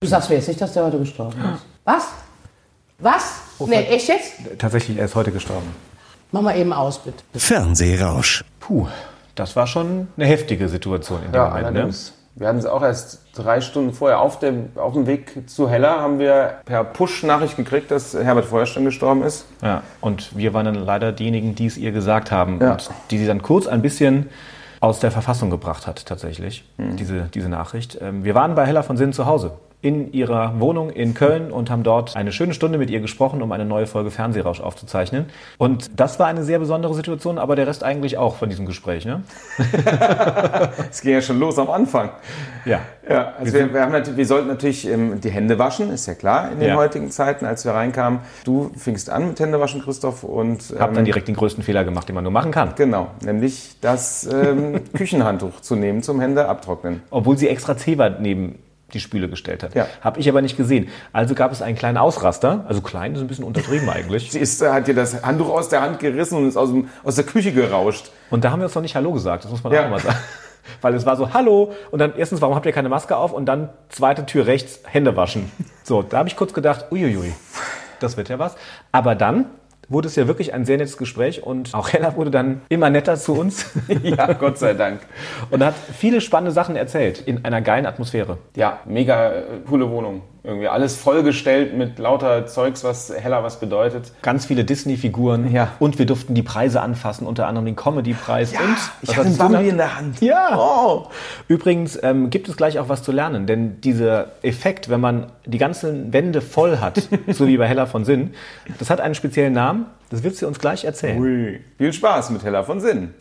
Du sagst mir jetzt nicht, dass der heute gestorben ist. Was? Was? Nee, echt jetzt? Tatsächlich, er ist heute gestorben. Mach mal eben aus, bitte. Fernsehrausch. Puh, das war schon eine heftige Situation in dem Moment. Allerdings. Ne? Wir hatten es auch erst 3 Stunden vorher auf dem Weg zu Hella, haben wir per Push-Nachricht gekriegt, dass Herbert Feuerstein gestorben ist. Ja, und wir waren dann leider diejenigen, die es ihr gesagt haben und die sie dann kurz ein bisschen aus der Verfassung gebracht hat, tatsächlich, diese Nachricht. Wir waren bei Hella von Sinnen zu Hause in ihrer Wohnung in Köln und haben dort eine schöne Stunde mit ihr gesprochen, um eine neue Folge Fernsehrausch aufzuzeichnen. Und das war eine sehr besondere Situation, aber der Rest eigentlich auch von diesem Gespräch, ne? Es ging ja schon los am Anfang. Ja. Also wir sollten natürlich die Hände waschen, ist ja klar, in den heutigen Zeiten, als wir reinkamen. Du fingst an mit Händewaschen, Christoph, und hab dann direkt den größten Fehler gemacht, den man nur machen kann. Genau, nämlich das Küchenhandtuch zu nehmen zum Hände abtrocknen. Obwohl sie extra Zewa neben die Spüle gestellt hat. Ja. Habe ich aber nicht gesehen. Also gab es einen kleinen Ausraster. Also klein ist ein bisschen untertrieben eigentlich. Sie hat dir das Handtuch aus der Hand gerissen und ist aus der Küche gerauscht. Und da haben wir uns noch nicht Hallo gesagt. Das muss man auch mal sagen. Weil es war so, Hallo. Und dann erstens, warum habt ihr keine Maske auf? Und dann zweite Tür rechts, Hände waschen. So, da habe ich kurz gedacht, uiuiui, das wird ja was. Aber dann wurde es ja wirklich ein sehr nettes Gespräch und auch Hella wurde dann immer netter zu uns. Ja, Gott sei Dank. Und hat viele spannende Sachen erzählt in einer geilen Atmosphäre. Ja, mega coole Wohnung. Irgendwie alles vollgestellt mit lauter Zeugs, was Hella was bedeutet. Ganz viele Disney-Figuren. Ja. Und wir durften die Preise anfassen, unter anderem den Comedy-Preis. Ja, und ich hatte einen Bambi in der Hand. Ja. Oh. Übrigens gibt es gleich auch was zu lernen, denn dieser Effekt, wenn man die ganzen Wände voll hat, so wie bei Hella von Sinnen, das hat einen speziellen Namen. Das wird sie uns gleich erzählen. Ui. Viel Spaß mit Hella von Sinnen.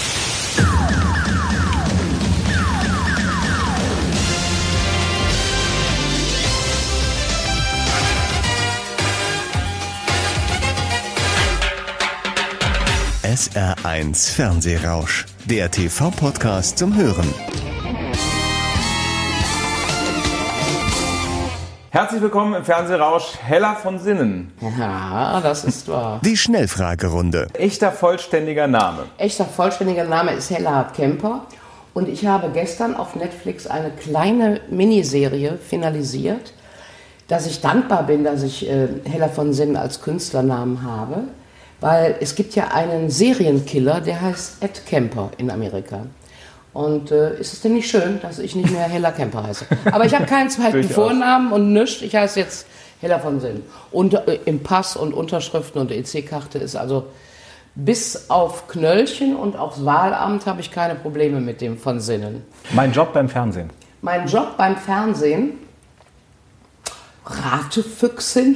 SR1 Fernsehrausch, der TV-Podcast zum Hören. Herzlich willkommen im Fernsehrausch, Hella von Sinnen. Ja, das ist wahr. Die Schnellfragerunde. Echter vollständiger Name. Echter vollständiger Name ist Hella Kemper. Und ich habe gestern auf Netflix eine kleine Miniserie finalisiert, dass ich dankbar bin, dass ich Hella von Sinnen als Künstlernamen habe. Weil es gibt ja einen Serienkiller, der heißt Ed Kemper in Amerika. Und ist es denn nicht schön, dass ich nicht mehr Hella Kemper heiße? Aber ich habe keinen zweiten Vornamen und nichts. Ich heiße jetzt Hella von Sinnen. Und im Pass und Unterschriften und EC-Karte ist also bis auf Knöllchen und aufs Wahlamt habe ich keine Probleme mit dem von Sinnen. Mein Job beim Fernsehen. Mein Job beim Fernsehen? Ratefüchsin?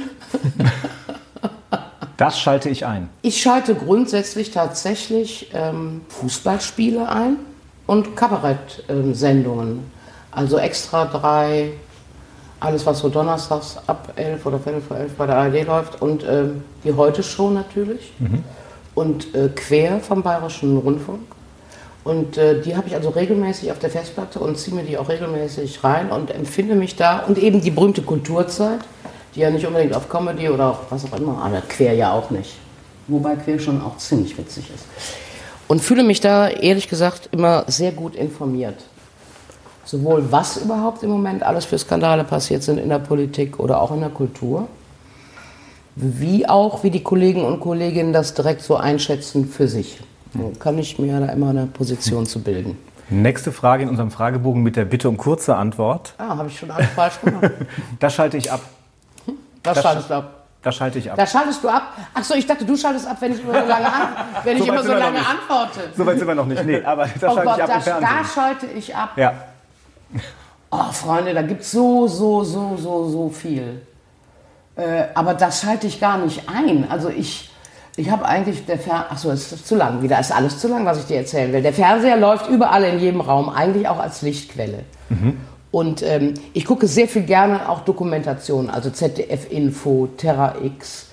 Das schalte ich ein. Ich schalte grundsätzlich tatsächlich Fußballspiele ein und Kabarett-Sendungen. Also Extra 3, alles was so donnerstags ab 11 oder Viertel vor 11 bei der ARD läuft und die Heute-Show natürlich und Quer vom Bayerischen Rundfunk. Und die habe ich also regelmäßig auf der Festplatte und ziehe mir die auch regelmäßig rein und empfinde mich da. Und eben die berühmte Kulturzeit, die ja nicht unbedingt auf Comedy oder auch was auch immer, aber Quer ja auch nicht. Wobei Quer schon auch ziemlich witzig ist. Und fühle mich da, ehrlich gesagt, immer sehr gut informiert. Sowohl was überhaupt im Moment alles für Skandale passiert sind in der Politik oder auch in der Kultur, wie auch, wie die Kollegen und Kolleginnen das direkt so einschätzen für sich. So kann ich mir da immer eine Position zu bilden. Nächste Frage in unserem Fragebogen mit der Bitte um kurze Antwort. Ah, habe ich schon alles falsch gemacht. Das schalte ich ab. Was schaltest du ab? Da schalte ich ab. Da schaltest du ab? Achso, ich dachte, du schaltest ab, wenn ich immer so lange antworte. So weit sind wir noch nicht. Nee, aber da schalte ich ab im Fernsehen. Da schalte ich ab. Ja. Oh, Freunde, da gibt es so viel. Aber das schalte ich gar nicht ein. Also ich habe eigentlich, achso, es ist zu lang. Wieder ist alles zu lang, was ich dir erzählen will. Der Fernseher läuft überall in jedem Raum, eigentlich auch als Lichtquelle. Und ich gucke sehr viel gerne auch Dokumentationen, also ZDF-Info, Terra X,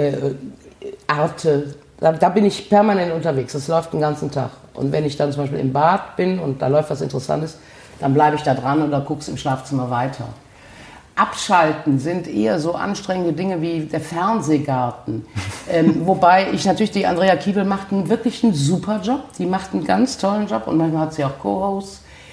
Arte. Da bin ich permanent unterwegs, das läuft den ganzen Tag. Und wenn ich dann zum Beispiel im Bad bin und da läuft was Interessantes, dann bleibe ich da dran und dann gucke ich im Schlafzimmer weiter. Abschalten sind eher so anstrengende Dinge wie der Fernsehgarten. Wobei ich natürlich, die Andrea Kiewel macht wirklich einen super Job. Die macht einen ganz tollen Job und manchmal hat sie auch Co-Hosts.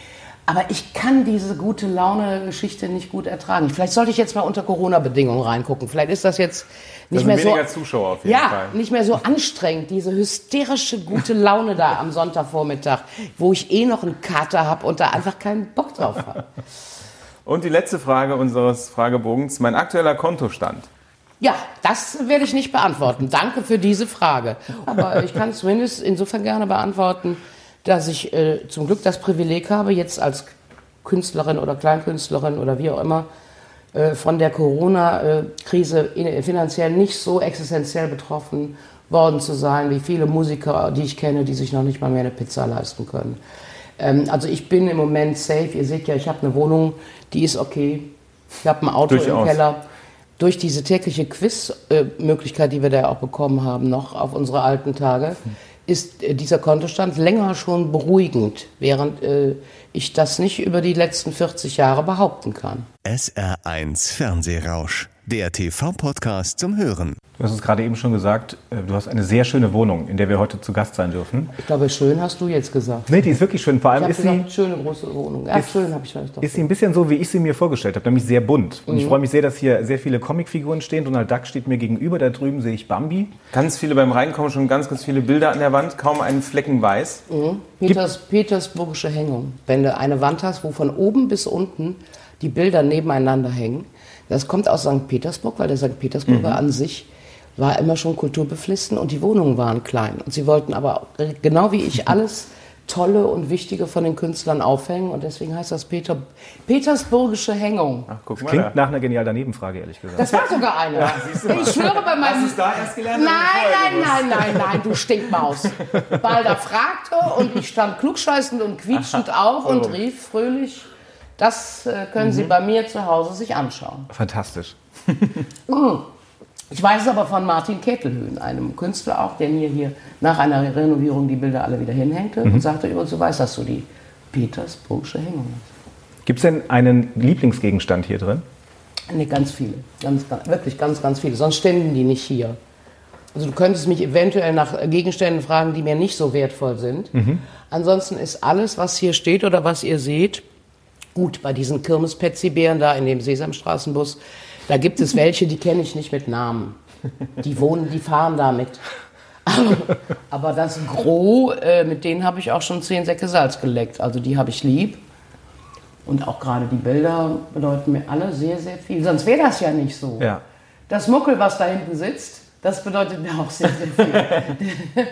Aber ich kann diese gute Laune-Geschichte nicht gut ertragen. Vielleicht sollte ich jetzt mal unter Corona-Bedingungen reingucken. Vielleicht ist das jetzt nicht mehr so... weniger Zuschauer auf jeden Fall. Ja, nicht mehr so anstrengend, diese hysterische gute Laune da am Sonntagvormittag, wo ich noch einen Kater habe und da einfach keinen Bock drauf habe. Und die letzte Frage unseres Fragebogens, mein aktueller Kontostand. Ja, das werde ich nicht beantworten. Danke für diese Frage. Aber ich kann es zumindest insofern gerne beantworten, dass ich zum Glück das Privileg habe, jetzt als Künstlerin oder Kleinkünstlerin oder wie auch immer, von der Corona-Krise finanziell nicht so existenziell betroffen worden zu sein, wie viele Musiker, die ich kenne, die sich noch nicht mal mehr eine Pizza leisten können. Also ich bin im Moment safe. Ihr seht ja, ich habe eine Wohnung, die ist okay. Ich habe ein Auto im Keller. Durch diese tägliche Quiz-Möglichkeit, die wir da auch bekommen haben, noch auf unsere alten Tage, ist dieser Kontostand länger schon beruhigend, während ich das nicht über die letzten 40 Jahre behaupten kann. SR1 Fernsehrausch, der TV-Podcast zum Hören. Du hast es gerade eben schon gesagt, du hast eine sehr schöne Wohnung, in der wir heute zu Gast sein dürfen. Ich glaube, schön hast du jetzt gesagt. Nee, die ist wirklich schön. Vor allem ist sie... schöne große Wohnung. Ja, schön habe ich vielleicht doch. Ist sie ein bisschen so, wie ich sie mir vorgestellt habe, nämlich sehr bunt. Und ich freue mich sehr, dass hier sehr viele Comicfiguren stehen. Donald Duck steht mir gegenüber, da drüben sehe ich Bambi. Ganz viele beim Reinkommen, schon ganz viele Bilder an der Wand, kaum einen Flecken weiß. Petersburgische Hängung. Wenn du eine Wand hast, wo von oben bis unten die Bilder nebeneinander hängen, das kommt aus St. Petersburg, weil der St. Petersburger an sich war immer schon kulturbeflissen und die Wohnungen waren klein. Und sie wollten aber, genau wie ich, alles Tolle und Wichtige von den Künstlern aufhängen. Und deswegen heißt das Petersburgische Hängung. Ach, guck mal. Klingt nach einer genial daneben Frage, ehrlich gesagt. Das war sogar eine. Ja, ich schwöre bei meinem... Hast du es da erst gelernt? Nein, du Stinkmaus. Balder fragte und ich stand klugscheißend und quietschend auf und rief fröhlich, das können Sie bei mir zu Hause sich anschauen. Fantastisch. Ich weiß es aber von Martin Kettelhöhn, einem Künstler auch, der mir hier nach einer Renovierung die Bilder alle wieder hinhängte und sagte übrigens, du weißt, dass du die Petersburgische Hängung hast. Gibt es denn einen Lieblingsgegenstand hier drin? Ne, ganz viele. Wirklich ganz viele. Sonst ständen die nicht hier. Also du könntest mich eventuell nach Gegenständen fragen, die mir nicht so wertvoll sind. Ansonsten ist alles, was hier steht oder was ihr seht, gut, bei diesen Kirmes-Petsy-Bären da in dem Sesamstraßenbus, da gibt es welche, die kenne ich nicht mit Namen. Die fahren da mit. Aber das Gros, mit denen habe ich auch schon 10 Säcke Salz geleckt. Also die habe ich lieb. Und auch gerade die Bilder bedeuten mir alle sehr, sehr viel. Sonst wäre das ja nicht so. Ja. Das Muckel, was da hinten sitzt, das bedeutet mir auch sehr, sehr viel.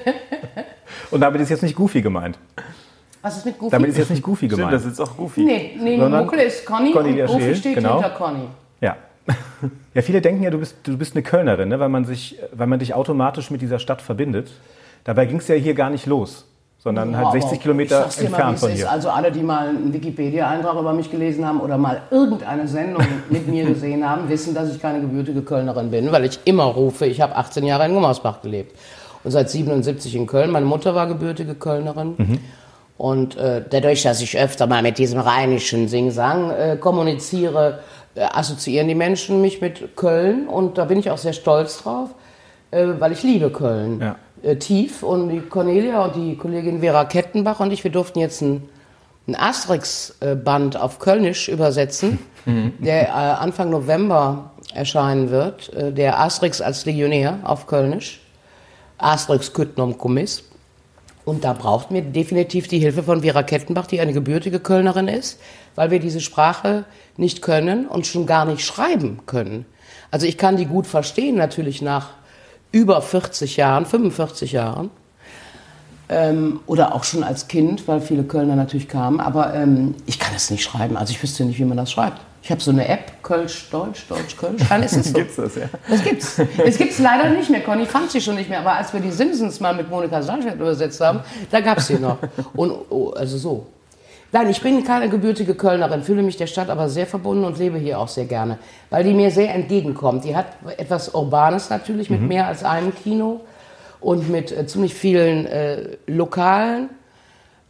Und damit ist jetzt nicht Goofy gemeint. Was ist mit Goofy? Damit ist jetzt nicht Goofy gemeint. Stimmt, das ist auch Goofy. Nee, Muckel ist Conny und Goofy steht hinter Conny. Ja. Ja, viele denken ja, du bist eine Kölnerin, ne? weil man dich automatisch mit dieser Stadt verbindet. Dabei ging es ja hier gar nicht los, sondern halt 60 Kilometer entfernt von hier. Also alle, die mal einen Wikipedia-Eintrag über mich gelesen haben oder mal irgendeine Sendung mit mir gesehen haben, wissen, dass ich keine gebürtige Kölnerin bin, weil ich immer rufe, ich habe 18 Jahre in Gummersbach gelebt und seit 77 in Köln. Meine Mutter war gebürtige Kölnerin. Und dadurch, dass ich öfter mal mit diesem rheinischen Sing-Sang kommuniziere, assoziieren die Menschen mich mit Köln und da bin ich auch sehr stolz drauf, weil ich liebe Köln tief. Und die Cornelia und die Kollegin Vera Kettenbach und ich, wir durften jetzt ein Asterix-Band auf Kölnisch übersetzen, der Anfang November erscheinen wird, der Asterix als Legionär auf Kölnisch, Asterix Kütnom Kommiss. Und da brauchten wir definitiv die Hilfe von Vera Kettenbach, die eine gebürtige Kölnerin ist, weil wir diese Sprache nicht können und schon gar nicht schreiben können. Also ich kann die gut verstehen, natürlich nach über 40 Jahren, 45 Jahren. Oder auch schon als Kind, weil viele Kölner natürlich kamen. Aber ich kann es nicht schreiben. Also ich wüsste nicht, wie man das schreibt. Ich habe so eine App, Kölsch-Deutsch, Deutsch-Kölsch. Nein, ist es so. Gibt's das, ja? Das gibt's. Es gibt's leider nicht mehr. Conny fand sie schon nicht mehr. Aber als wir die Simpsons mal mit Monika Sandstedt übersetzt haben, da gab's sie noch. Und also so. Nein, ich bin keine gebürtige Kölnerin, fühle mich der Stadt aber sehr verbunden und lebe hier auch sehr gerne, weil die mir sehr entgegenkommt. Die hat etwas Urbanes natürlich mit mehr als einem Kino und mit ziemlich vielen Lokalen.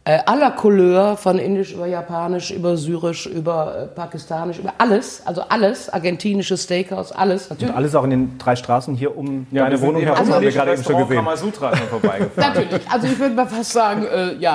aller Couleur, von Indisch über Japanisch, über Syrisch, über Pakistanisch, über alles, also alles, argentinisches Steakhouse, alles natürlich. Und alles auch in den 3 Straßen hier um deine Wohnung herum, also haben wir gerade eben schon gesehen. Kamasutra schon vorbeigefahren. Natürlich, also ich würde mal fast sagen,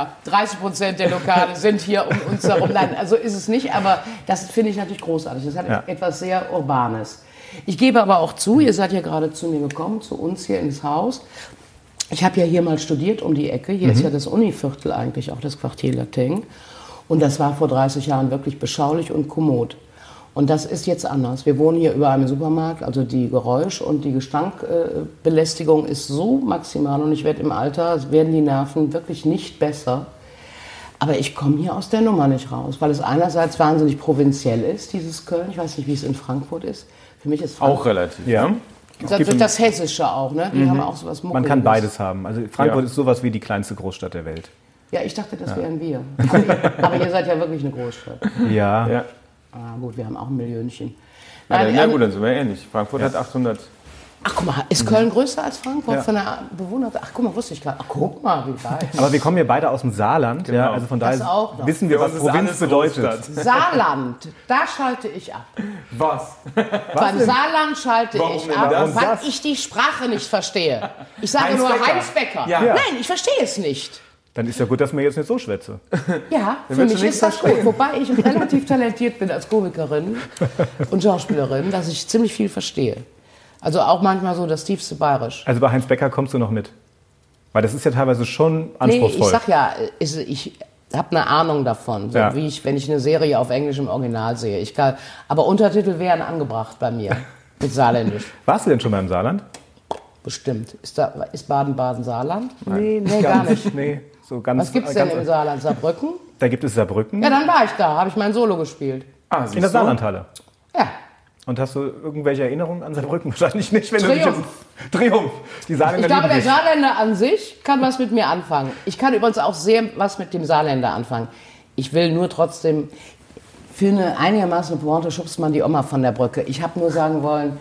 30% der Lokale sind hier um uns herum. Nein, also ist es nicht, aber das finde ich natürlich großartig. Das hat etwas sehr Urbanes. Ich gebe aber auch zu, ihr seid ja gerade zu mir gekommen, zu uns hier ins Haus. Ich habe ja hier mal studiert um die Ecke. Hier ist ja das Univiertel eigentlich, auch das Quartier Lateng. Und das war vor 30 Jahren wirklich beschaulich und kommod. Und das ist jetzt anders. Wir wohnen hier über einem Supermarkt, also die Geräusch- und die Gestankbelästigung ist so maximal. Und ich werde im Alter, werden die Nerven wirklich nicht besser. Aber ich komme hier aus der Nummer nicht raus, weil es einerseits wahnsinnig provinziell ist, dieses Köln. Ich weiß nicht, wie es in Frankfurt ist. Für mich ist Frankfurt Auch relativ. Ja. durch das Hessische auch, ne? Die haben auch sowas Man Muckeliges. kann beides haben. Also Frankfurt ist sowas wie die kleinste Großstadt der Welt. Ja, ich dachte, das wären wir. Aber ihr seid ja wirklich eine Großstadt. Ja. Ah, gut, wir haben auch ein Millionchen. Na gut, dann sind wir ähnlich. Frankfurt hat 800. Ach, guck mal, ist Köln größer als Frankfurt von der Bewohner? Ach, guck mal, wusste ich gerade. Ach, guck mal, wie geil. Aber wir kommen ja beide aus dem Saarland. Genau. Ja, also von daher Das auch noch. wissen wir, was Provinz bedeutet. Saarland, da schalte ich ab. Was? Beim Saarland schalte Warum ich denn ab, das? weil ich die Sprache nicht verstehe. Ich sage Heinz nur Becker. Heinz Becker. Ja. Nein, ich verstehe es nicht. Dann ist ja gut, dass mir jetzt nicht so schwätze. Ja, für willst mich du ist nichts das gut. Wobei ich relativ talentiert bin als Komikerin und Schauspielerin, dass ich ziemlich viel verstehe. Also auch manchmal so das tiefste Bayerisch. Also bei Heinz Becker kommst du noch mit. Weil das ist ja teilweise schon anspruchsvoll. Nee, ich sag ja, ich habe eine Ahnung davon, so wie wenn ich eine Serie auf Englisch im Original sehe. Aber Untertitel wären angebracht bei mir mit Saarländisch. Warst du denn schon mal im Saarland? Bestimmt. Ist Baden-Baden Saarland? Nee, gar nicht. Nee, so ganz, Was gibt's denn im Saarland? Saarbrücken? Da gibt es Saarbrücken. Ja, dann war ich da, habe ich mein Solo gespielt. Ah, in der Saarlandhalle. Ja. Und hast du irgendwelche Erinnerungen an Saarbrücken? Wahrscheinlich nicht, wenn Triumph. du dich jetzt... Triumph. Die Saarländer Ich glaube, lieben der dich. Saarländer an sich kann was mit mir anfangen. Ich kann übrigens auch sehr was mit dem Saarländer anfangen. Ich will nur trotzdem, für eine einigermaßen Pointe schubst man die Oma von der Brücke. Ich habe nur sagen wollen,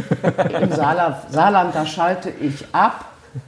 im Saarland, da schalte ich ab.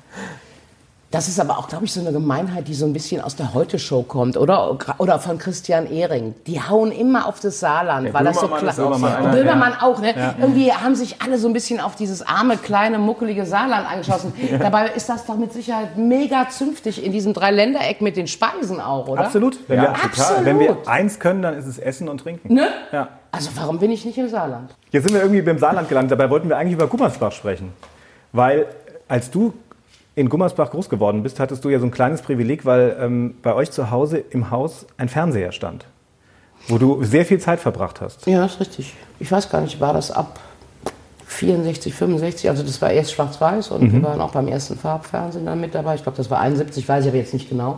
Das ist aber auch, glaube ich, so eine Gemeinheit, die so ein bisschen aus der Heute-Show kommt, oder von Christian Ehring. Die hauen immer auf das Saarland, weil das so Böhmermann ist klar auch so einer, und Böhmermann auch, ne? Ja. Irgendwie haben sich alle so ein bisschen auf dieses arme, kleine, muckelige Saarland angeschossen. Dabei ist das doch mit Sicherheit mega zünftig in diesem Dreiländereck mit den Speisen auch, oder? Absolut. absolut. Wenn wir eins können, dann ist es Essen und Trinken. Ne? Ja. Also warum bin ich nicht im Saarland? Jetzt sind wir irgendwie beim Saarland gelandet. Dabei wollten wir eigentlich über Gummersbach sprechen. Weil als du in Gummersbach groß geworden bist, hattest du ja so ein kleines Privileg, weil bei euch zu Hause im Haus ein Fernseher stand, wo du sehr viel Zeit verbracht hast. Ja, ist richtig. Ich weiß gar nicht, war das ab 64, 65? Also das war erst schwarz-weiß und wir waren auch beim ersten Farbfernsehen dann mit dabei. Ich glaube, das war 71, weiß ich aber jetzt nicht genau.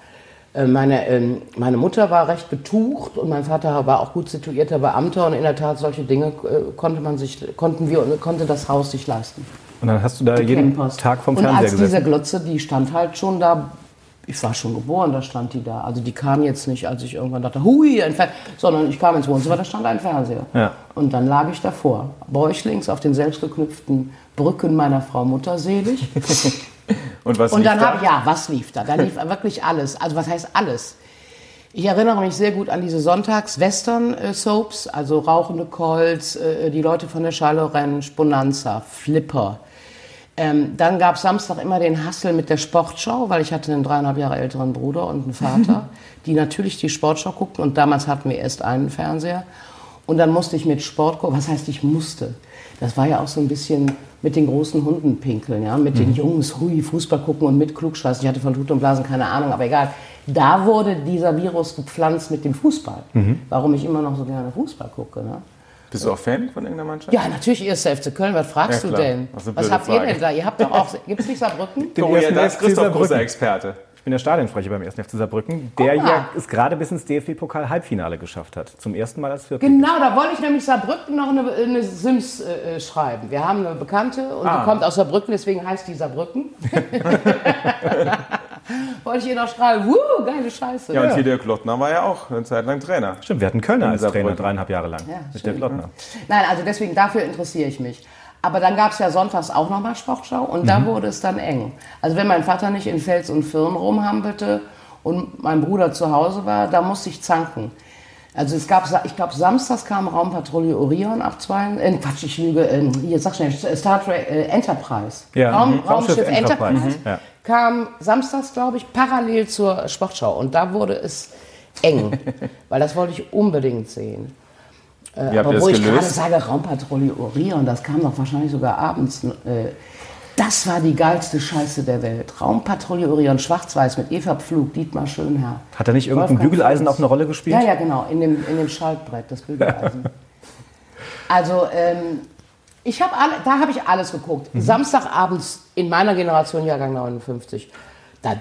Meine Mutter war recht betucht und mein Vater war auch gut situierter Beamter und in der Tat solche Dinge konnte das Haus sich leisten. Und dann hast du da jeden Tag vom Fernseher gesessen. Und als diese Glotze, die stand halt schon da, ich war schon geboren, da stand die da. Also die kam jetzt nicht, als ich irgendwann dachte, hui, ein Fernseher, sondern ich kam ins Wohnzimmer, da stand ein Fernseher. Ja. Und dann lag ich davor, bäuchlings auf den selbstgeknüpften Brücken meiner Frau mutterselig. Und was Und lief dann da? was lief da? Da lief wirklich alles. Also was heißt alles? Ich erinnere mich sehr gut an diese Sonntags-Western-Soaps, also Rauchende Colts, die Leute von der Charles-Orange, Bonanza, Flipper. Dann gab es Samstag immer den Hassel mit der Sportschau, weil ich hatte einen 3,5 Jahre älteren Bruder und einen Vater, die natürlich die Sportschau guckten. Und damals hatten wir erst einen Fernseher. Und dann musste ich mit Sport gucken. Was heißt, ich musste? Das war ja auch so ein bisschen mit den großen Hunden pinkeln, ja? Mit den Jungs, Fußball gucken und mit Klugscheißen. Ich hatte von Tut und Blasen keine Ahnung, aber egal. Da wurde dieser Virus gepflanzt mit dem Fußball. Warum ich immer noch so gerne Fußball gucke, ne? Bist du auch Fan von irgendeiner Mannschaft? Ja, natürlich, erster FC Köln. Was fragst Ja, du klar. denn? Was eine Was blöde habt ihr Frage. denn da? Ihr habt doch auch, gibt's nicht Saarbrücken? Den Oh ja, ersten da ist FC Christoph Saarbrücken. großer Experte. Ich bin der Stadionsprecher beim 1. FC Saarbrücken, der ja es gerade bis ins DFB-Pokal-Halbfinale geschafft hat. Zum ersten Mal als Viertligist. Genau, da wollte ich nämlich Saarbrücken noch eine Sims schreiben. Wir haben eine Bekannte und die kommt aus Saarbrücken, deswegen heißt die Saarbrücken. Wollte ich ihr noch schreiben, geile Scheiße. Ja, und hier der Klottner war ja auch eine Zeit lang Trainer. Stimmt, wir hatten Kölner als Saarbrücken. Trainer 3,5 Jahre lang. Ja, mit der stimmt. Klottner. Nein, also deswegen, dafür interessiere ich mich. Aber dann gab es ja sonntags auch nochmal Sportschau und da wurde es dann eng. Also wenn mein Vater nicht in Fels und Firn rumhampelte und mein Bruder zu Hause war, da musste ich zanken. Also es gab, ich glaube, samstags kam Raumpatrouille Orion ab 2, Quatsch, ich lüge, hier, sag schnell, Star Trek Enterprise. Ja, Raumschiff Enterprise kam samstags, glaube ich, parallel zur Sportschau. Und da wurde es eng, weil das wollte ich unbedingt sehen. Aber wo ich gerade sage, Raumpatrouille Orion, das kam doch wahrscheinlich sogar abends. Das war die geilste Scheiße der Welt. Raumpatrouille Orion, schwarz-weiß mit Eva Pflug, Dietmar Schönherr. Hat da nicht irgendein Bügeleisen auch eine Rolle gespielt? Ja, genau, in dem Schaltbrett, das Bügeleisen. Also, da habe ich alles geguckt. Samstagabends in meiner Generation, Jahrgang 59, da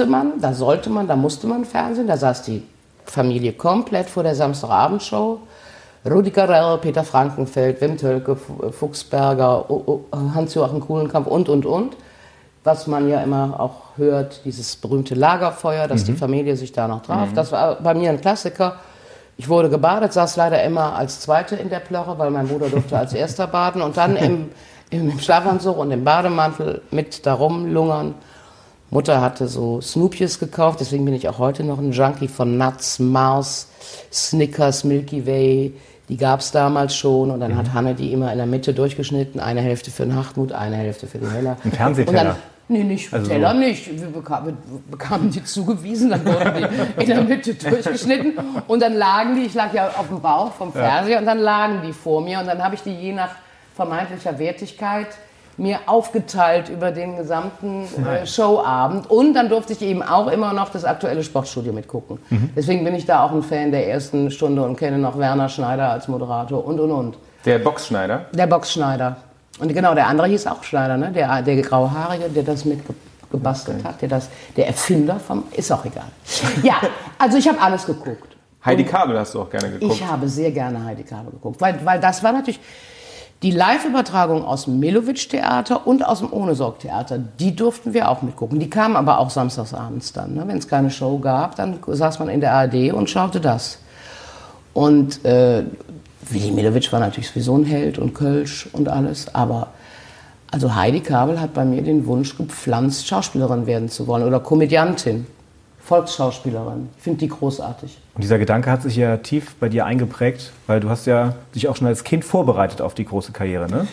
da musste man Fernsehen, da saß die Familie komplett vor der Samstagabendshow. Rudi Carrell, Peter Frankenfeld, Wim Tölke, Fuchsberger, Hans-Joachim Kulenkampff und. Was man ja immer auch hört, dieses berühmte Lagerfeuer, dass die Familie sich da noch traf. Das war bei mir ein Klassiker. Ich wurde gebadet, saß leider immer als Zweite in der Plörre, weil mein Bruder durfte als Erster baden. Und dann im Schlafanzug und im Bademantel mit darum lungern. Mutter hatte so Snoopjes gekauft, deswegen bin ich auch heute noch ein Junkie von Nuts, Mars, Snickers, Milky Way. Die gab es damals schon und dann hat Hanne die immer in der Mitte durchgeschnitten. Eine Hälfte für den Hartmut, eine Hälfte für den Heller. Ein Fernsehteller? Nee, nicht also Teller so. Nicht. Wir bekamen die zugewiesen, dann wurden die in der Mitte durchgeschnitten und dann lagen die, ich lag ja auf dem Bauch vom Fernseher und dann lagen die vor mir und dann habe ich die je nach vermeintlicher Wertigkeit mir aufgeteilt über den gesamten Showabend und dann durfte ich eben auch immer noch das aktuelle Sportstudio mitgucken. Deswegen bin ich da auch ein Fan der ersten Stunde und kenne noch Werner Schneider als Moderator und. Der Boxschneider? Der Boxschneider. Und genau, der andere hieß auch Schneider, ne? Der Grauhaarige, der das mitgebastelt hat, der Erfinder vom, ist auch egal. Ja, also ich habe alles geguckt. Heidi Kabel hast du auch gerne geguckt? Ich habe sehr gerne Heidi Kabel geguckt, weil das war natürlich die Live-Übertragung aus dem Mellowitsch-Theater und aus dem Ohnesorg-Theater, die durften wir auch mitgucken. Die kamen aber auch samstagsabends dann. Ne? Wenn es keine Show gab, dann saß man in der ARD und schaute das. Und Willy Mellowitsch war natürlich sowieso ein Held und Kölsch und alles, aber also Heidi Kabel hat bei mir den Wunsch gepflanzt, Schauspielerin werden zu wollen oder Komödiantin, Volksschauspielerin. Ich finde die großartig. Und dieser Gedanke hat sich ja tief bei dir eingeprägt, weil du hast ja dich auch schon als Kind vorbereitet auf die große Karriere, ne?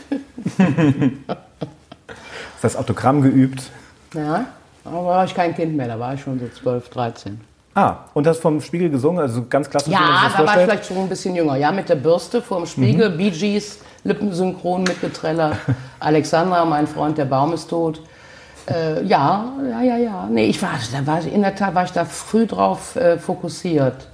Hast das Autogramm geübt? Ja, aber war ich kein Kind mehr, da war ich schon so 12, 13. Ah, und hast vom Spiegel gesungen, also ganz klassisch. Ja, da war ich vielleicht schon ein bisschen jünger. Ja, mit der Bürste vorm Spiegel, Bee Gees, lippensynchron mitgetrellert. Alexandra, mein Freund, der Baum ist tot. Ja. Nee, in der Tat war ich da früh drauf fokussiert.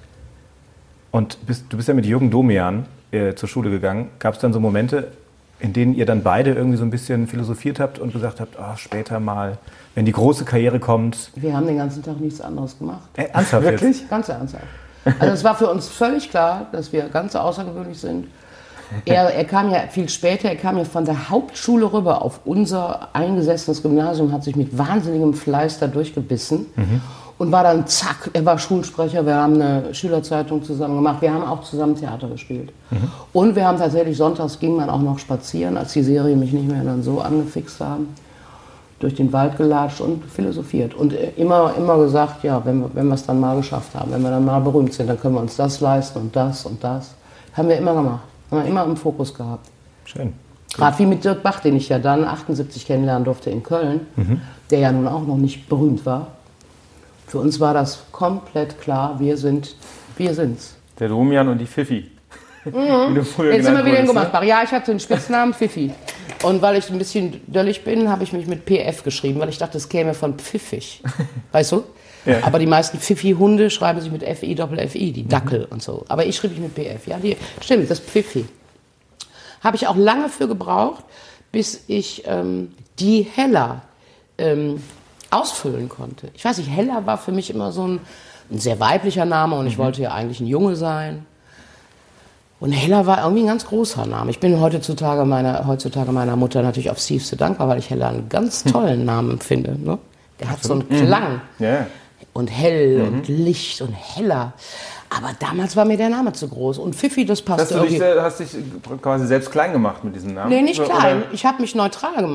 Und du bist ja mit Jürgen Domian zur Schule gegangen. Gab es dann so Momente, in denen ihr dann beide irgendwie so ein bisschen philosophiert habt und gesagt habt, später mal, wenn die große Karriere kommt? Wir haben den ganzen Tag nichts anderes gemacht. Ernsthaft? Wirklich? Ganz ernsthaft. Also es war für uns völlig klar, dass wir ganz außergewöhnlich sind. Er kam ja viel später, er kam ja von der Hauptschule rüber auf unser eingesessenes Gymnasium, hat sich mit wahnsinnigem Fleiß da durchgebissen und war dann zack, er war Schulsprecher, wir haben eine Schülerzeitung zusammen gemacht, wir haben auch zusammen Theater gespielt. Und wir haben tatsächlich, sonntags ging man auch noch spazieren, als die Serie mich nicht mehr dann so angefixt haben, durch den Wald gelatscht und philosophiert. Und immer gesagt, ja, wenn wir es dann mal geschafft haben, wenn wir dann mal berühmt sind, dann können wir uns das leisten und das und das. Haben wir immer gemacht. Haben wir immer im Fokus gehabt. Schön. Gerade wie mit Dirk Bach, den ich ja dann 78 kennenlernen durfte in Köln, der ja nun auch noch nicht berühmt war. Für uns war das komplett klar, wir sind's. Der Domian und die Pfiffi. Wie du früher jetzt sind wir wieder in Gummersbach. Ja, ich hatte den Spitznamen Pfiffi. Und weil ich ein bisschen döllig bin, habe ich mich mit PF geschrieben, weil ich dachte, es käme von pfiffig. Weißt du? Ja. Aber die meisten Pfiffi-Hunde schreiben sich mit F-I-F-F-I, die Dackel und so. Aber ich schrieb mich mit PF. Ja, stimmt, das Pfiffi. Habe ich auch lange für gebraucht, bis ich die Hella ausfüllen konnte. Ich weiß nicht, Hella war für mich immer so ein sehr weiblicher Name und ich wollte ja eigentlich ein Junge sein. Und Hella war irgendwie ein ganz großer Name. Ich bin heutzutage meiner Mutter natürlich aufs Tiefste dankbar, weil ich Hella einen ganz tollen Namen finde. Ne? Der hat so einen Klang. Ja. Und hell und Licht und heller. Aber damals war mir der Name zu groß. Und Pfiffi, das passte irgendwie. Hast dich quasi selbst klein gemacht mit diesem Namen? Nee, nicht klein. Ich habe mich neutral gemacht.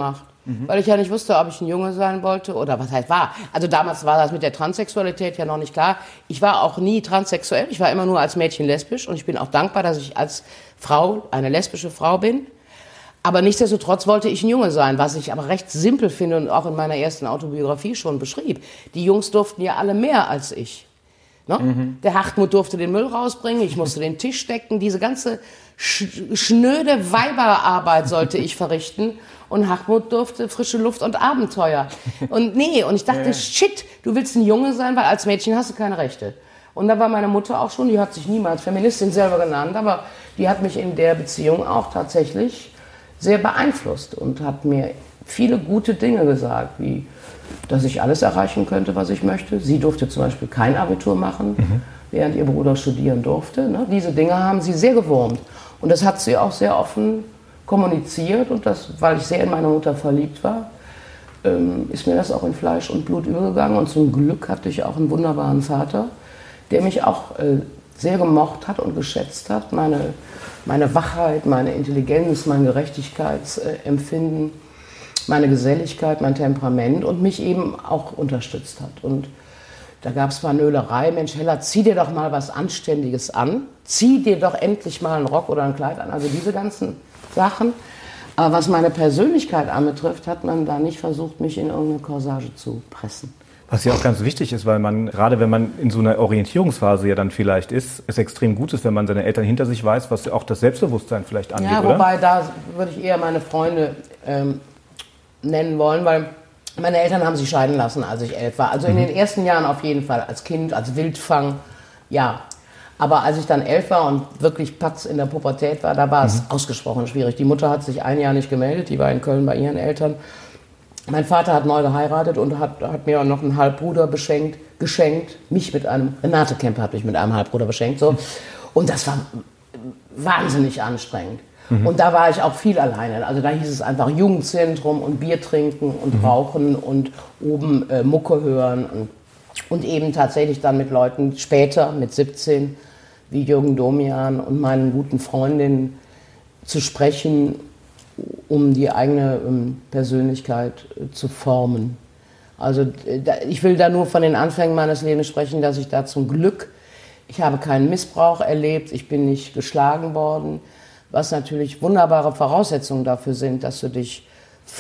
weil ich ja nicht wusste, ob ich ein Junge sein wollte oder was halt war. Also damals war das mit der Transsexualität ja noch nicht klar. Ich war auch nie transsexuell, ich war immer nur als Mädchen lesbisch und ich bin auch dankbar, dass ich als Frau, eine lesbische Frau bin. Aber nichtsdestotrotz wollte ich ein Junge sein, was ich aber recht simpel finde und auch in meiner ersten Autobiografie schon beschrieb. Die Jungs durften ja alle mehr als ich. Ne? Der Hartmut durfte den Müll rausbringen, ich musste den Tisch decken, diese ganze schnöde Weiberarbeit sollte ich verrichten und Hartmut durfte frische Luft und Abenteuer. Und ich dachte, shit, du willst ein Junge sein, weil als Mädchen hast du keine Rechte. Und da war meine Mutter auch schon, die hat sich niemals Feministin selber genannt, aber die hat mich in der Beziehung auch tatsächlich sehr beeinflusst und hat mir viele gute Dinge gesagt, wie dass ich alles erreichen könnte, was ich möchte. Sie durfte zum Beispiel kein Abitur machen, während ihr Bruder studieren durfte. Ne? Diese Dinge haben sie sehr gewurmt. Und das hat sie auch sehr offen kommuniziert. Und das, weil ich sehr in meine Mutter verliebt war, ist mir das auch in Fleisch und Blut übergegangen. Und zum Glück hatte ich auch einen wunderbaren Vater, der mich auch sehr gemocht hat und geschätzt hat. Meine Wachheit, meine Intelligenz, mein Gerechtigkeitsempfinden, meine Geselligkeit, mein Temperament und mich eben auch unterstützt hat. Und da gab es zwar Nölerei, Mensch Hella, zieh dir doch mal was Anständiges an, zieh dir doch endlich mal einen Rock oder ein Kleid an, also diese ganzen Sachen. Aber was meine Persönlichkeit anbetrifft, hat man da nicht versucht, mich in irgendeine Corsage zu pressen. Was ja auch ganz wichtig ist, weil man, gerade wenn man in so einer Orientierungsphase ja dann vielleicht ist, es extrem gut ist, wenn man seine Eltern hinter sich weiß, was auch das Selbstbewusstsein vielleicht angeht, ja, wobei, oder? Da würde ich eher meine Freunde nennen wollen, weil meine Eltern haben sich scheiden lassen, als ich 11 war. Also in den ersten Jahren auf jeden Fall, als Kind, als Wildfang, ja. Aber als ich dann 11 war und wirklich patz in der Pubertät war, da war es ausgesprochen schwierig. Die Mutter hat sich ein Jahr nicht gemeldet, die war in Köln bei ihren Eltern. Mein Vater hat neu geheiratet und hat mir noch einen Halbbruder geschenkt. Renate Kemper hat mich mit einem Halbbruder beschenkt. So. Und das war wahnsinnig anstrengend. Und da war ich auch viel alleine. Also da hieß es einfach Jugendzentrum und Bier trinken und rauchen und oben Mucke hören. Und eben tatsächlich dann mit Leuten später, mit 17, wie Jürgen Domian und meinen guten Freundinnen zu sprechen, um die eigene Persönlichkeit zu formen. Also ich will da nur von den Anfängen meines Lebens sprechen, dass ich da zum Glück, ich habe keinen Missbrauch erlebt, ich bin nicht geschlagen worden, was natürlich wunderbare Voraussetzungen dafür sind, dass du dich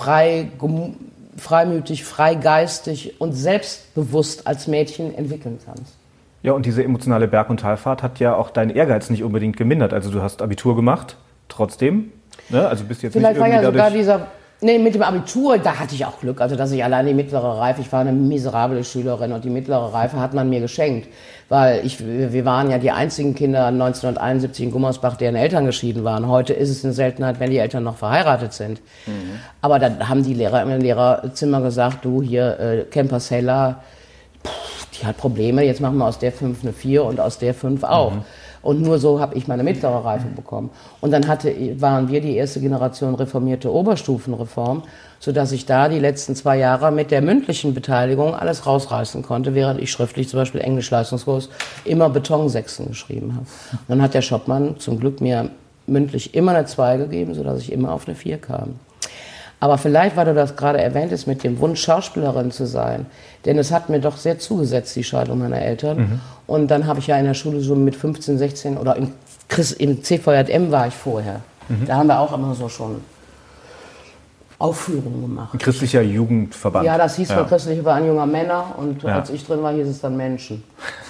freimütig, freigeistig und selbstbewusst als Mädchen entwickeln kannst. Ja, und diese emotionale Berg- und Talfahrt hat ja auch deinen Ehrgeiz nicht unbedingt gemindert. Also du hast Abitur gemacht, trotzdem. Ne? Also bist jetzt Vielleicht nicht war ja sogar mit dem Abitur, da hatte ich auch Glück, also dass ich allein die mittlere Reife, ich war eine miserable Schülerin und die mittlere Reife hat man mir geschenkt, weil wir waren ja die einzigen Kinder 1971 in Gummersbach, deren Eltern geschieden waren. Heute ist es eine Seltenheit, wenn die Eltern noch verheiratet sind. Aber dann haben die Lehrer im Lehrerzimmer gesagt, du hier, Kempers Hella, die hat Probleme, jetzt machen wir aus der 5 eine 4 und aus der 5 auch. Und nur so habe ich meine mittlere Reife bekommen. Und dann waren wir die erste Generation reformierte Oberstufenreform, sodass ich da die letzten 2 Jahre mit der mündlichen Beteiligung alles rausreißen konnte, während ich schriftlich zum Beispiel Englisch-Leistungskurs immer Betonsechsen geschrieben habe. Und dann hat der Schoppmann zum Glück mir mündlich immer eine 2 gegeben, sodass ich immer auf eine 4 kam. Aber vielleicht, weil du das gerade erwähnt hast, mit dem Wunsch, Schauspielerin zu sein. Denn es hat mir doch sehr zugesetzt, die Scheidung meiner Eltern. Und dann habe ich ja in der Schule so mit 15, 16 oder im CVJM war ich vorher. Da haben wir auch immer so schon Aufführungen gemacht. Ein christlicher Jugendverband. Ja, das hieß von christlicher Verein junger Männer und als ich drin war, hieß es dann Menschen.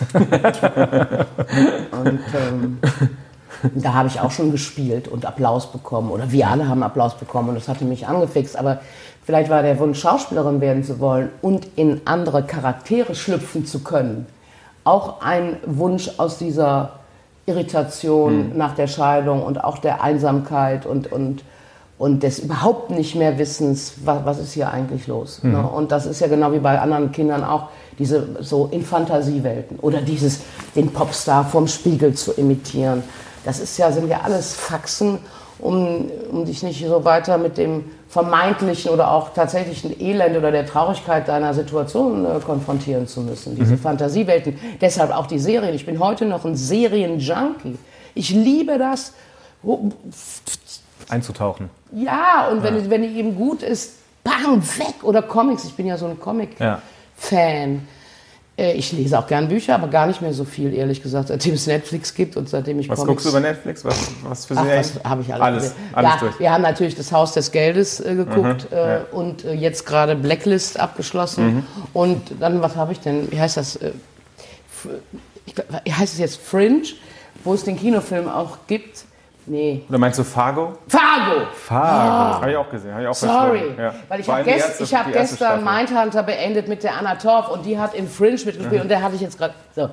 Und da habe ich auch schon gespielt und Applaus bekommen. Oder wir alle haben Applaus bekommen und das hatte mich angefixt. Aber vielleicht war der Wunsch, Schauspielerin werden zu wollen und in andere Charaktere schlüpfen zu können, auch ein Wunsch aus dieser Irritation nach der Scheidung und auch der Einsamkeit und des überhaupt nicht mehr Wissens, was ist hier eigentlich los. Ne? Und das ist ja genau wie bei anderen Kindern auch, diese so in Fantasiewelten oder den Popstar vorm Spiegel zu imitieren. Das sind ja alles Faxen, um dich nicht so weiter mit dem vermeintlichen oder auch tatsächlichen Elend oder der Traurigkeit deiner Situation konfrontieren zu müssen. Diese Fantasiewelten. Deshalb auch die Serien. Ich bin heute noch ein Serienjunkie. Ich liebe das. Einzutauchen. Ja, und wenn die eben gut ist, bang, weg. Oder Comics, ich bin ja so ein Comic-Fan. Ich lese auch gern Bücher, aber gar nicht mehr so viel, ehrlich gesagt, seitdem es Netflix gibt und seitdem ich Was Comics... guckst du über Netflix? Was für Serien? Was habe ich alles durch. Wir haben natürlich das Haus des Geldes geguckt und jetzt gerade Blacklist abgeschlossen. Und dann, was habe ich denn, wie heißt das? Heißt es jetzt Fringe, wo es den Kinofilm auch gibt? Nee. Oder meinst du Fargo? Fargo! Habe ich auch gesehen. Sorry, ja. weil ich habe gestern Mindhunter beendet mit der Anna Torf und die hat in Fringe mitgespielt und der hatte ich jetzt gerade... So.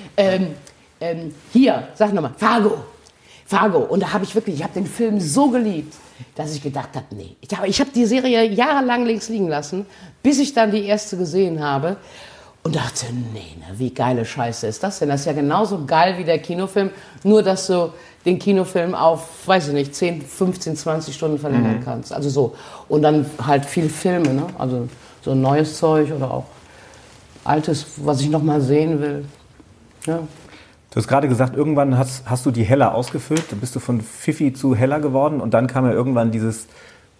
Hier, sag nochmal, Fargo. Und da habe ich wirklich, ich habe den Film so geliebt, dass ich gedacht habe, nee. Ich habe die Serie jahrelang links liegen lassen, bis ich dann die erste gesehen habe. Und dachte, wie geile Scheiße ist das denn? Das ist ja genauso geil wie der Kinofilm, nur dass du den Kinofilm auf, weiß ich nicht, 10, 15, 20 Stunden verlängern kannst. Also so. Und dann halt viel Filme, ne? Also so neues Zeug oder auch altes, was ich noch mal sehen will. Ja. Du hast gerade gesagt, irgendwann hast du die Hella ausgefüllt, dann bist du von Fifi zu Hella geworden und dann kam ja irgendwann dieses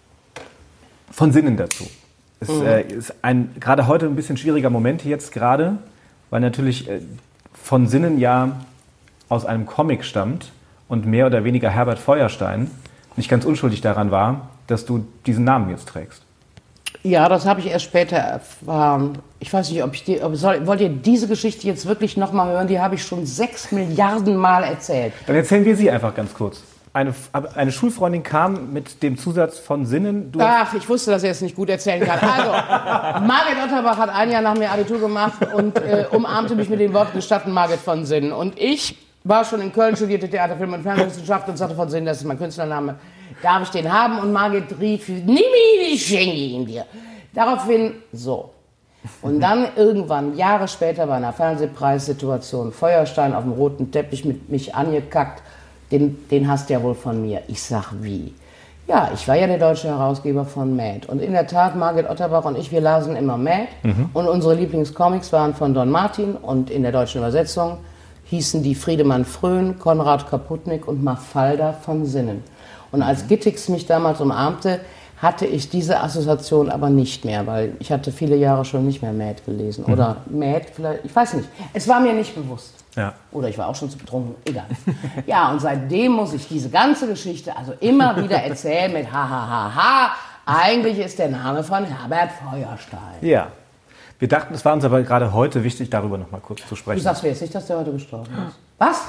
von Sinnen dazu. Es ist gerade heute ein bisschen schwieriger Moment jetzt gerade, weil natürlich von Sinnen ja aus einem Comic stammt und mehr oder weniger Herbert Feuerstein nicht ganz unschuldig daran war, dass du diesen Namen jetzt trägst. Ja, das habe ich erst später erfahren. Ich weiß nicht, wollt ihr diese Geschichte jetzt wirklich nochmal hören? Die habe ich schon 6 Milliarden Mal erzählt. Dann erzählen wir sie einfach ganz kurz. Eine Schulfreundin kam mit dem Zusatz von Sinnen. Ach, ich wusste, dass er es nicht gut erzählen kann. Also, Margit Otterbach hat ein Jahr nach mir Abitur gemacht und umarmte mich mit den Worten gestatten Margit von Sinnen. Und ich war schon in Köln, studierte Theater, Film und Fernsehwissenschaft und sagte von Sinnen, das ist mein Künstlername. Darf ich den haben? Und Margit rief, nimm ihn, ich schenke ihn dir. Daraufhin so. Und dann irgendwann, Jahre später, bei einer Fernsehpreissituation, Feuerstein auf dem roten Teppich mit mich angekackt. Den hast du ja wohl von mir. Ich sag, wie? Ja, ich war ja der deutsche Herausgeber von Mad. Und in der Tat, Margit Otterbach und ich, wir lasen immer Mad. Und unsere Lieblingscomics waren von Don Martin. Und in der deutschen Übersetzung hießen die Friedemann Fröhn, Konrad Kaputnik und Mafalda von Sinnen. Und als Gittix mich damals umarmte, hatte ich diese Assoziation aber nicht mehr, weil ich hatte viele Jahre schon nicht mehr Mad gelesen. Oder Mad vielleicht, ich weiß nicht. Es war mir nicht bewusst. Ja. Oder ich war auch schon zu betrunken, egal. Ja, und seitdem muss ich diese ganze Geschichte also immer wieder erzählen mit ha. Eigentlich ist der Name von Herbert Feuerstein. Ja. Wir dachten, es war uns aber gerade heute wichtig, darüber noch mal kurz zu sprechen. Du sagst mir jetzt nicht, dass der heute gestorben ist. Was?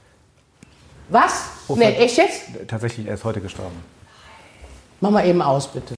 Was? Nee, echt jetzt? Tatsächlich, er ist heute gestorben. Mach mal eben aus, bitte.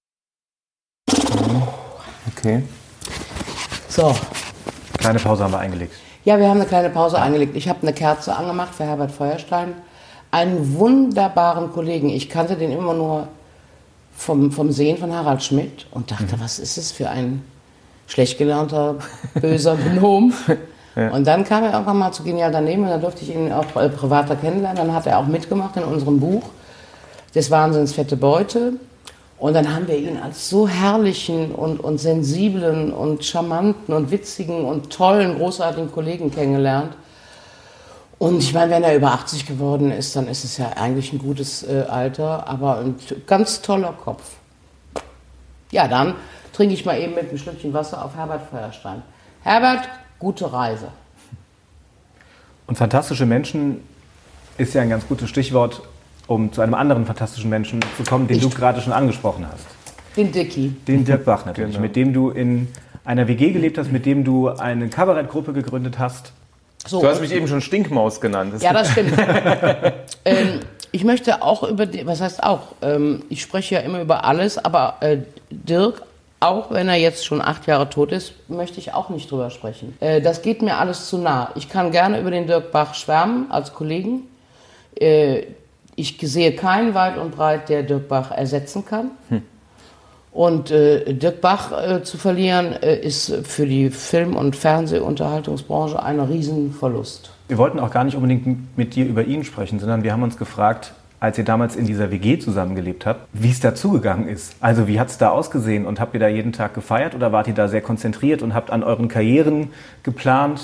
Okay. So. Kleine Pause haben wir eingelegt. Ja, wir haben eine kleine Pause eingelegt. Ich habe eine Kerze angemacht für Herbert Feuerstein. Einen wunderbaren Kollegen. Ich kannte den immer nur vom Sehen von Harald Schmidt und dachte, was ist es für ein schlecht gelaunter, böser Gnom. Ja. Und dann kam er irgendwann mal zu Genial daneben und dann durfte ich ihn auch privater kennenlernen. Dann hat er auch mitgemacht in unserem Buch des Wahnsinns Fette Beute. Und dann haben wir ihn als so herrlichen und sensiblen und charmanten und witzigen und tollen, großartigen Kollegen kennengelernt. Und ich meine, wenn er über 80 geworden ist, dann ist es ja eigentlich ein gutes Alter, aber ein ganz toller Kopf. Ja, dann trinke ich mal eben mit einem Schlückchen Wasser auf Herbert Feuerstein. Herbert, gute Reise. Und fantastische Menschen ist ja ein ganz gutes Stichwort, um zu einem anderen fantastischen Menschen zu kommen, den du gerade schon angesprochen hast. Den Dicky. Den Dirk Bach natürlich, genau. Mit dem du in einer WG gelebt hast, mit dem du eine Kabarettgruppe gegründet hast. So, du hast mich eben schon Stinkmaus genannt. Ja, das stimmt. Ich möchte auch über, was heißt auch, ich spreche ja immer über alles, aber Dirk, auch wenn er jetzt schon 8 Jahre tot ist, möchte ich auch nicht drüber sprechen. Das geht mir alles zu nah. Ich kann gerne über den Dirk Bach schwärmen als Kollegen. Ich sehe keinen weit und breit, der Dirk Bach ersetzen kann. Und Dirk Bach zu verlieren, ist für die Film- und Fernsehunterhaltungsbranche ein Riesenverlust. Wir wollten auch gar nicht unbedingt mit dir über ihn sprechen, sondern wir haben uns gefragt, als ihr damals in dieser WG zusammengelebt habt, wie es da zugegangen ist. Also wie hat es da ausgesehen und habt ihr da jeden Tag gefeiert oder wart ihr da sehr konzentriert und habt an euren Karrieren geplant?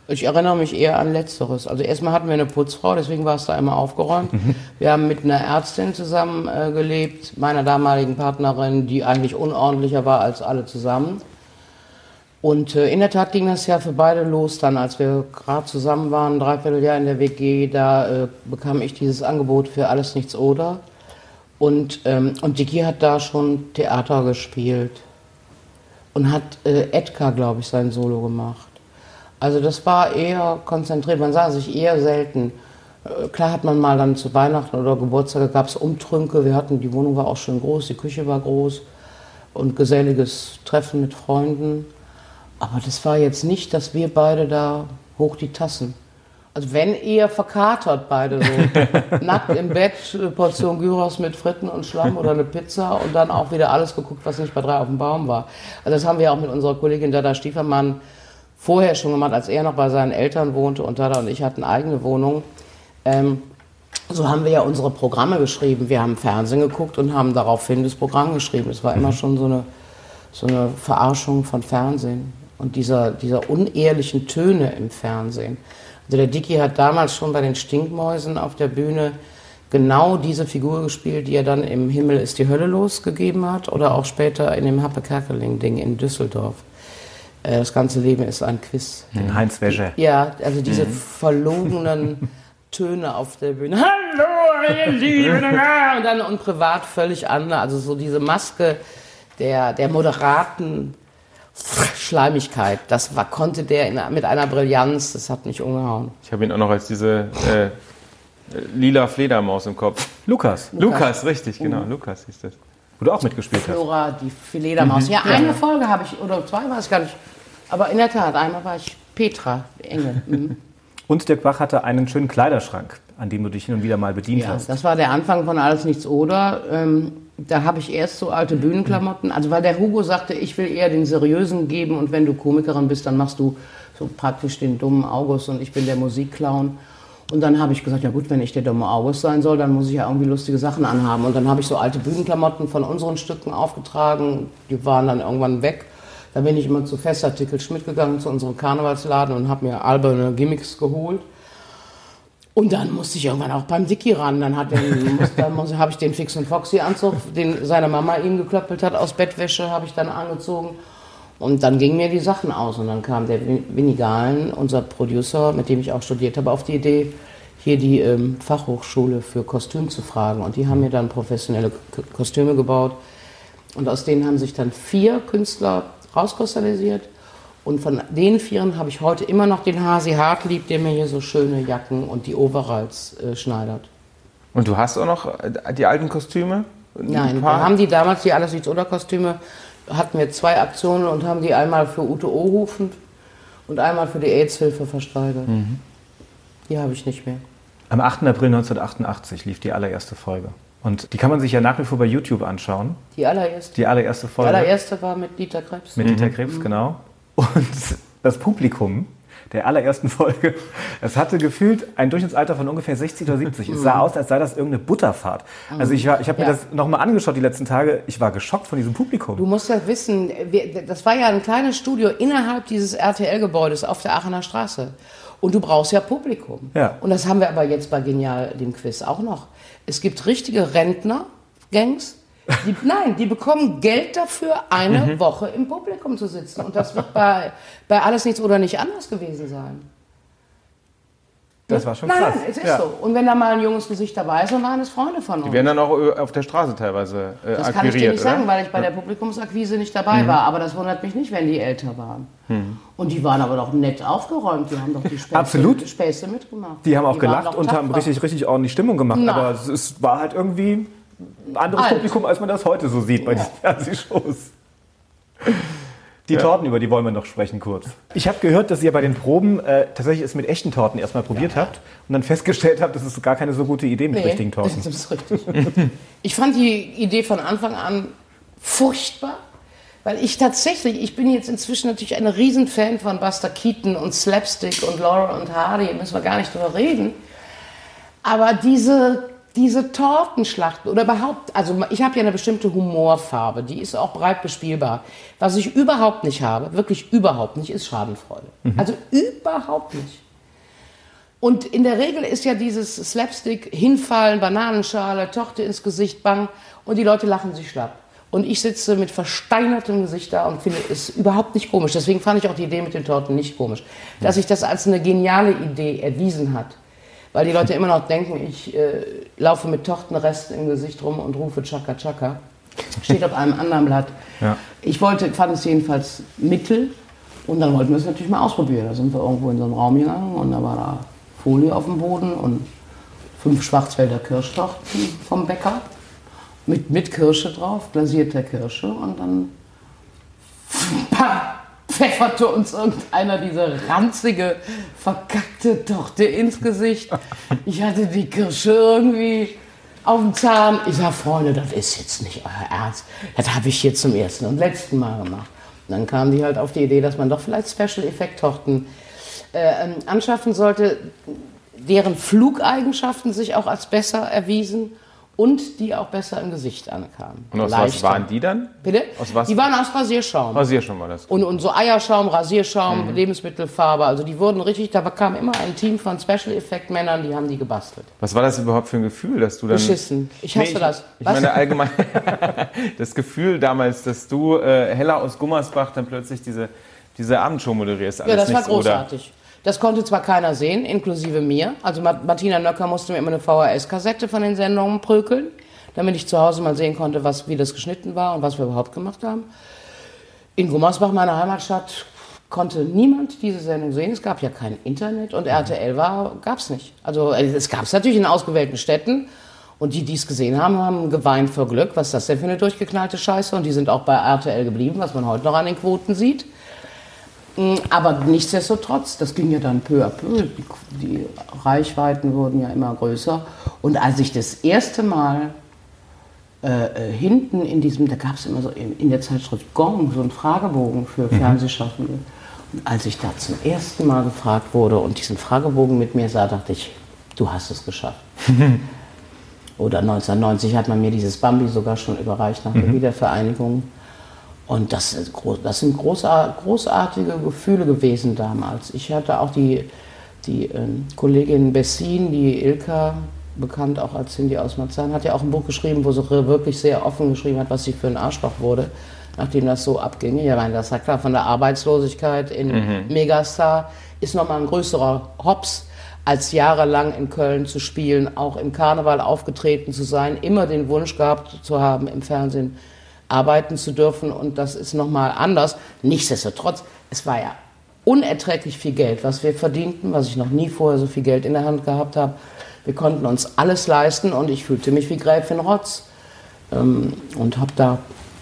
Ich erinnere mich eher an Letzteres. Also erstmal hatten wir eine Putzfrau, deswegen war es da immer aufgeräumt. Wir haben mit einer Ärztin zusammen gelebt, meiner damaligen Partnerin, die eigentlich unordentlicher war als alle zusammen. Und in der Tat ging das ja für beide los dann, als wir gerade zusammen waren, 3/4 Jahr in der WG, da bekam ich dieses Angebot für Alles Nichts Oder. Und Dicky hat da schon Theater gespielt und hat Edgar, glaube ich, sein Solo gemacht. Also das war eher konzentriert, man sah sich eher selten. Klar hat man mal dann zu Weihnachten oder Geburtstag gab es Umtrünke, die Wohnung war auch schön groß, die Küche war groß und geselliges Treffen mit Freunden. Aber das war jetzt nicht, dass wir beide da hoch die Tassen. Also wenn eher verkatert beide so. Nackt im Bett, Portion Gyros mit Fritten und Schlamm oder eine Pizza und dann auch wieder alles geguckt, was nicht bei 3 auf dem Baum war. Also das haben wir auch mit unserer Kollegin Dada Stiefermann vorher schon gemacht, als er noch bei seinen Eltern wohnte und Dada und ich hatten eigene Wohnung. So haben wir ja unsere Programme geschrieben. Wir haben Fernsehen geguckt und haben daraufhin das Programm geschrieben. Es war immer schon so eine Verarschung von Fernsehen und dieser unehrlichen Töne im Fernsehen. Also der Dicky hat damals schon bei den Stinkmäusen auf der Bühne genau diese Figur gespielt, die er dann im Himmel ist die Hölle los gegeben hat oder auch später in dem Happe Kerkeling-Ding in Düsseldorf. Das ganze Leben ist ein Quiz. Den Heinz Wäscher. Ja, also diese verlogenen Töne auf der Bühne. Hallo, ihr Lieben! Und privat völlig anders. Also so diese Maske der moderaten Schleimigkeit, konnte der mit einer Brillanz, das hat mich umgehauen. Ich habe ihn auch noch als diese lila Fledermaus im Kopf. Lukas, richtig, genau. Lukas hieß das. Wo du auch mitgespielt hast. Flora, die Fledermaus. Ja, eine Folge habe ich, oder 2 weiß ich gar nicht. Aber in der Tat, einmal war ich Petra, die Engel. Mhm. Und Dirk Bach hatte einen schönen Kleiderschrank, an dem du dich hin und wieder mal bedient hast. Das war der Anfang von Alles Nichts Oder. Da habe ich erst so alte Bühnenklamotten, also weil der Hugo sagte, ich will eher den Seriösen geben und wenn du Komikerin bist, dann machst du so praktisch den dummen August und ich bin der Musikclown. Und dann habe ich gesagt, ja gut, wenn ich der dumme August sein soll, dann muss ich ja irgendwie lustige Sachen anhaben. Und dann habe ich so alte Bühnenklamotten von unseren Stücken aufgetragen, die waren dann irgendwann weg. Da bin ich immer zu Festartikel Schmidt gegangen, zu unserem Karnevalsladen und habe mir alberne Gimmicks geholt. Und dann musste ich irgendwann auch beim Dicky ran. Dann habe ich den Fix und Foxy Anzug, den seine Mama ihm geklöppelt hat, aus Bettwäsche, habe ich dann angezogen. Und dann gingen mir die Sachen aus. Und dann kam der Winnie Gahlen, unser Producer, mit dem ich auch studiert habe, auf die Idee, hier die Fachhochschule für Kostüm zu fragen. Und die haben mir dann professionelle Kostüme gebaut. Und aus denen haben sich dann 4 Künstler rauskristallisiert. Und von den 4 habe ich heute immer noch den Hasi Hartlieb, der mir hier so schöne Jacken und die Overalls schneidert. Und du hast auch noch die alten Kostüme? Nein, wir haben die damals, die Alles Nichts Oder Kostüme, hatten wir 2 Aktionen und haben die einmal für Ute Ohofen und einmal für die AIDS-Hilfe versteigert. Mhm. Die habe ich nicht mehr. Am 8. April 1988 lief die allererste Folge. Und die kann man sich ja nach wie vor bei YouTube anschauen. Die allererste? Die allererste Folge. Die allererste war mit Dieter Krebs. Mit Dieter Krebs, genau. Und das Publikum der allerersten Folge, es hatte gefühlt ein Durchschnittsalter von ungefähr 60 oder 70. Es sah aus, als sei das irgendeine Butterfahrt. Also ich habe mir das nochmal angeschaut die letzten Tage. Ich war geschockt von diesem Publikum. Du musst ja wissen, das war ja ein kleines Studio innerhalb dieses RTL-Gebäudes auf der Aachener Straße. Und du brauchst ja Publikum. Ja. Und das haben wir aber jetzt bei Genial, dem Quiz, auch noch. Es gibt richtige Rentner-Gangs, die bekommen Geld dafür, eine Woche im Publikum zu sitzen. Und das wird bei Alles Nichts Oder nicht anders gewesen sein. Das war schon krass. Nein, es ist so. Und wenn da mal ein junges Gesicht dabei ist, dann waren es Freunde von uns. Die werden dann auch auf der Straße teilweise akquiriert, das kann ich dir nicht sagen, weil ich bei der Publikumsakquise nicht dabei war. Aber das wundert mich nicht, wenn die älter waren. Und die waren aber doch nett aufgeräumt. Die haben doch die Späße mitgemacht. Die haben auch gelacht und haben richtig ordentlich Stimmung gemacht. Nein. Aber es war halt irgendwie ein anderes Publikum, als man das heute so sieht bei diesen Fernsehshows. Die Torten, über die wollen wir noch sprechen kurz. Ich habe gehört, dass ihr bei den Proben tatsächlich es mit echten Torten erstmal probiert habt und dann festgestellt habt, das ist gar keine so gute Idee mit richtigen Torten. Das ist richtig. Ich fand die Idee von Anfang an furchtbar, weil ich bin jetzt inzwischen natürlich ein Riesenfan von Buster Keaton und Slapstick und Laurel und Hardy, müssen wir gar nicht drüber reden. Aber diese diese Tortenschlachten oder überhaupt, also ich habe ja eine bestimmte Humorfarbe, die ist auch breit bespielbar. Was ich überhaupt nicht habe, wirklich überhaupt nicht, ist Schadenfreude. Also überhaupt nicht. Und in der Regel ist ja dieses Slapstick, hinfallen, Bananenschale, Torte ins Gesicht, bang, und die Leute lachen sich schlapp. Und ich sitze mit versteinertem Gesicht da und finde es überhaupt nicht komisch. Deswegen fand ich auch die Idee mit den Torten nicht komisch. Dass sich das als eine geniale Idee erwiesen hat. Weil die Leute immer noch denken, ich laufe mit Tortenresten im Gesicht rum und rufe Chaka Chaka. Steht auf einem anderen Blatt. Ja. Ich fand es jedenfalls mittel. Und dann wollten wir es natürlich mal ausprobieren. Da sind wir irgendwo in so einen Raum gegangen und da war da Folie auf dem Boden und 5 Schwarzwälder Kirschtorten vom Bäcker. Mit Kirsche drauf, glasierte Kirsche. Und dann pfefferte uns irgendeiner diese ranzige, verkackte Torte ins Gesicht. Ich hatte die Kirsche irgendwie auf dem Zahn. Ich sag, Freunde, das ist jetzt nicht euer Ernst. Das habe ich hier zum ersten und letzten Mal gemacht. Und dann kamen die halt auf die Idee, dass man doch vielleicht Special-Effekt-Torten anschaffen sollte, deren Flugeigenschaften sich auch als besser erwiesen und die auch besser im Gesicht ankamen. Und aus was waren die dann? Bitte? Aus was? Die waren aus Rasierschaum. Rasierschaum war das. Und so Eierschaum, Rasierschaum, Lebensmittelfarbe. Also die wurden richtig, da kam immer ein Team von Special-Effekt-Männern, die haben die gebastelt. Was war das überhaupt für ein Gefühl, dass du dann... Beschissen. Ich hasse das. Ich meine allgemein das Gefühl damals, dass du Hella aus Gummersbach dann plötzlich diese Abendshow moderierst. Ja, das war großartig. Das konnte zwar keiner sehen, inklusive mir. Also Martina Nöcker musste mir immer eine VHS-Kassette von den Sendungen prügeln, damit ich zu Hause mal sehen konnte, wie das geschnitten war und was wir überhaupt gemacht haben. In Gummersbach, meiner Heimatstadt, konnte niemand diese Sendung sehen. Es gab ja kein Internet und RTL gab es nicht. Also es gab es natürlich in ausgewählten Städten. Und die es gesehen haben, haben geweint vor Glück. Was ist das denn für eine durchgeknallte Scheiße? Und die sind auch bei RTL geblieben, was man heute noch an den Quoten sieht. Aber nichtsdestotrotz, das ging ja dann peu à peu, die Reichweiten wurden ja immer größer. Und als ich das erste Mal hinten in diesem, da gab es immer so in der Zeitschrift Gong, so einen Fragebogen für Fernsehschaffende. Und als ich da zum ersten Mal gefragt wurde und diesen Fragebogen mit mir sah, dachte ich, du hast es geschafft. Oder 1990 hat man mir dieses Bambi sogar schon überreicht nach der Wiedervereinigung. Und das sind großartige Gefühle gewesen damals. Ich hatte auch die Kollegin Bessin, die Ilka, bekannt auch als Cindy aus Marzahn, hat ja auch ein Buch geschrieben, wo sie wirklich sehr offen geschrieben hat, was sie für ein Arschloch wurde, nachdem das so abging. Ja, meine, das war klar, von der Arbeitslosigkeit in Megastar ist nochmal ein größerer Hops, als jahrelang in Köln zu spielen, auch im Karneval aufgetreten zu sein, immer den Wunsch gehabt zu haben, im Fernsehen arbeiten zu dürfen, und das ist nochmal anders. Nichtsdestotrotz, es war ja unerträglich viel Geld, was wir verdienten, was ich noch nie vorher so viel Geld in der Hand gehabt habe. Wir konnten uns alles leisten und ich fühlte mich wie Gräfin Rotz und habe da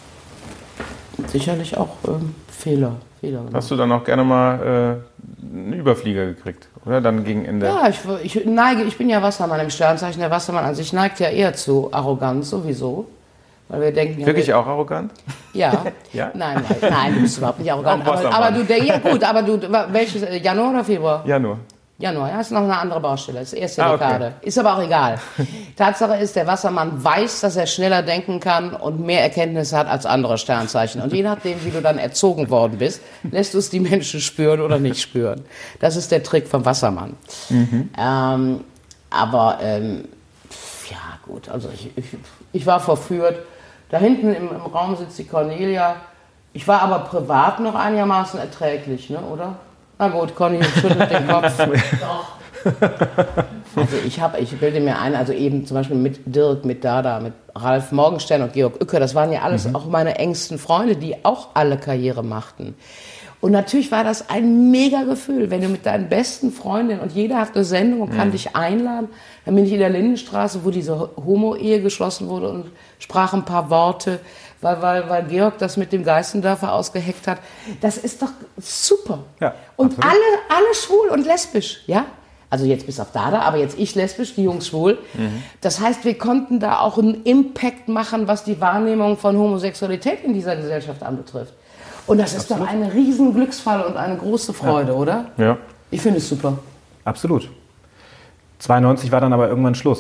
sicherlich auch Fehler gemacht. Hast du dann auch gerne mal einen Überflieger gekriegt, oder? Dann gegen Ende? Ja, ich bin ja Wassermann im Sternzeichen. Der Wassermann an sich neigt ja eher zu Arroganz sowieso. Weil wir denken, wirklich auch arrogant? Ja. Ja? Nein, du bist überhaupt nicht arrogant. Aber du denkst, ja gut, welches, Januar oder Februar? Januar. Januar, ja, ist noch eine andere Baustelle, das ist die erste Dekade. Okay. Ist aber auch egal. Tatsache ist, der Wassermann weiß, dass er schneller denken kann und mehr Erkenntnisse hat als andere Sternzeichen. Und je nachdem, wie du dann erzogen worden bist, lässt du es die Menschen spüren oder nicht spüren. Das ist der Trick vom Wassermann. Ja gut, also ich war verführt. Da hinten im Raum sitzt die Cornelia. Ich war aber privat noch einigermaßen erträglich, ne, oder? Na gut, Conny schüttelt den Kopf. Doch. Also ich bilde mir ein, also eben zum Beispiel mit Dirk, mit Dada, mit Ralf Morgenstern und Georg Uecker, das waren ja alles auch meine engsten Freunde, die auch alle Karriere machten. Und natürlich war das ein mega Gefühl, wenn du mit deinen besten Freundinnen, und jeder hat eine Sendung und kann dich einladen. Dann bin ich in der Lindenstraße, wo diese Homo-Ehe geschlossen wurde, und sprach ein paar Worte, weil Georg das mit dem Geißendörfer ausgeheckt hat. Das ist doch super. Ja, und alle schwul und lesbisch, ja? Also jetzt bis auf Dada, aber jetzt ich lesbisch, die Jungs schwul. Das heißt, wir konnten da auch einen Impact machen, was die Wahrnehmung von Homosexualität in dieser Gesellschaft anbetrifft. Und das ist doch ein riesen Glücksfall und eine große Freude, oder? Ja. Ich finde es super. Absolut. 92 war dann aber irgendwann Schluss.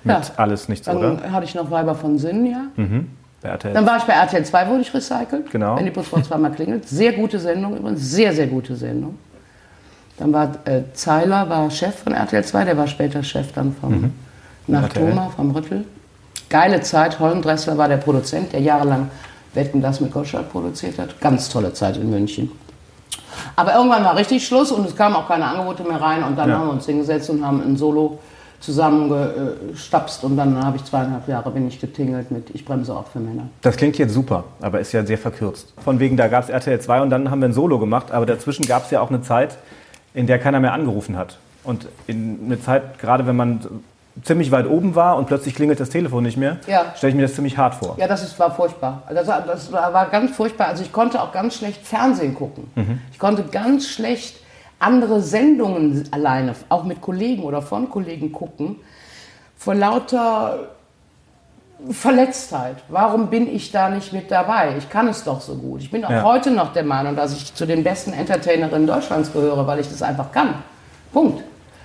mit Alles Nichts, dann oder? Dann hatte ich noch Weiber von Sinn, ja. Bei RTL. Dann war ich bei RTL 2, wurde ich recycelt. Genau. Wenn die Putzfrau zweimal klingelt. Sehr gute Sendung übrigens, sehr, sehr gute Sendung. Dann war Zeiler, war Chef von RTL 2, der war später Chef dann vom Nachtoma, vom Rüttel. Geile Zeit, Holm Dressler war der Produzent, der jahrelang Wetten, das mit Gottschalk produziert hat. Ganz tolle Zeit in München. Aber irgendwann war richtig Schluss und es kamen auch keine Angebote mehr rein. Und dann haben wir uns hingesetzt und haben ein Solo zusammengestapst. Und dann habe ich 2,5 Jahre bin ich getingelt mit Ich bremse auch für Männer. Das klingt jetzt super, aber ist ja sehr verkürzt. Von wegen, da gab es RTL 2 und dann haben wir ein Solo gemacht. Aber dazwischen gab es ja auch eine Zeit, in der keiner mehr angerufen hat. Und eine Zeit, gerade wenn man ziemlich weit oben war und plötzlich klingelt das Telefon nicht mehr, stelle ich mir das ziemlich hart vor. Ja, war furchtbar. Das war ganz furchtbar. Also ich konnte auch ganz schlecht Fernsehen gucken. Ich konnte ganz schlecht andere Sendungen alleine, auch mit Kollegen oder von Kollegen gucken, vor lauter Verletztheit. Warum bin ich da nicht mit dabei? Ich kann es doch so gut. Ich bin auch heute noch der Meinung, dass ich zu den besten Entertainerinnen Deutschlands gehöre, weil ich das einfach kann. Punkt.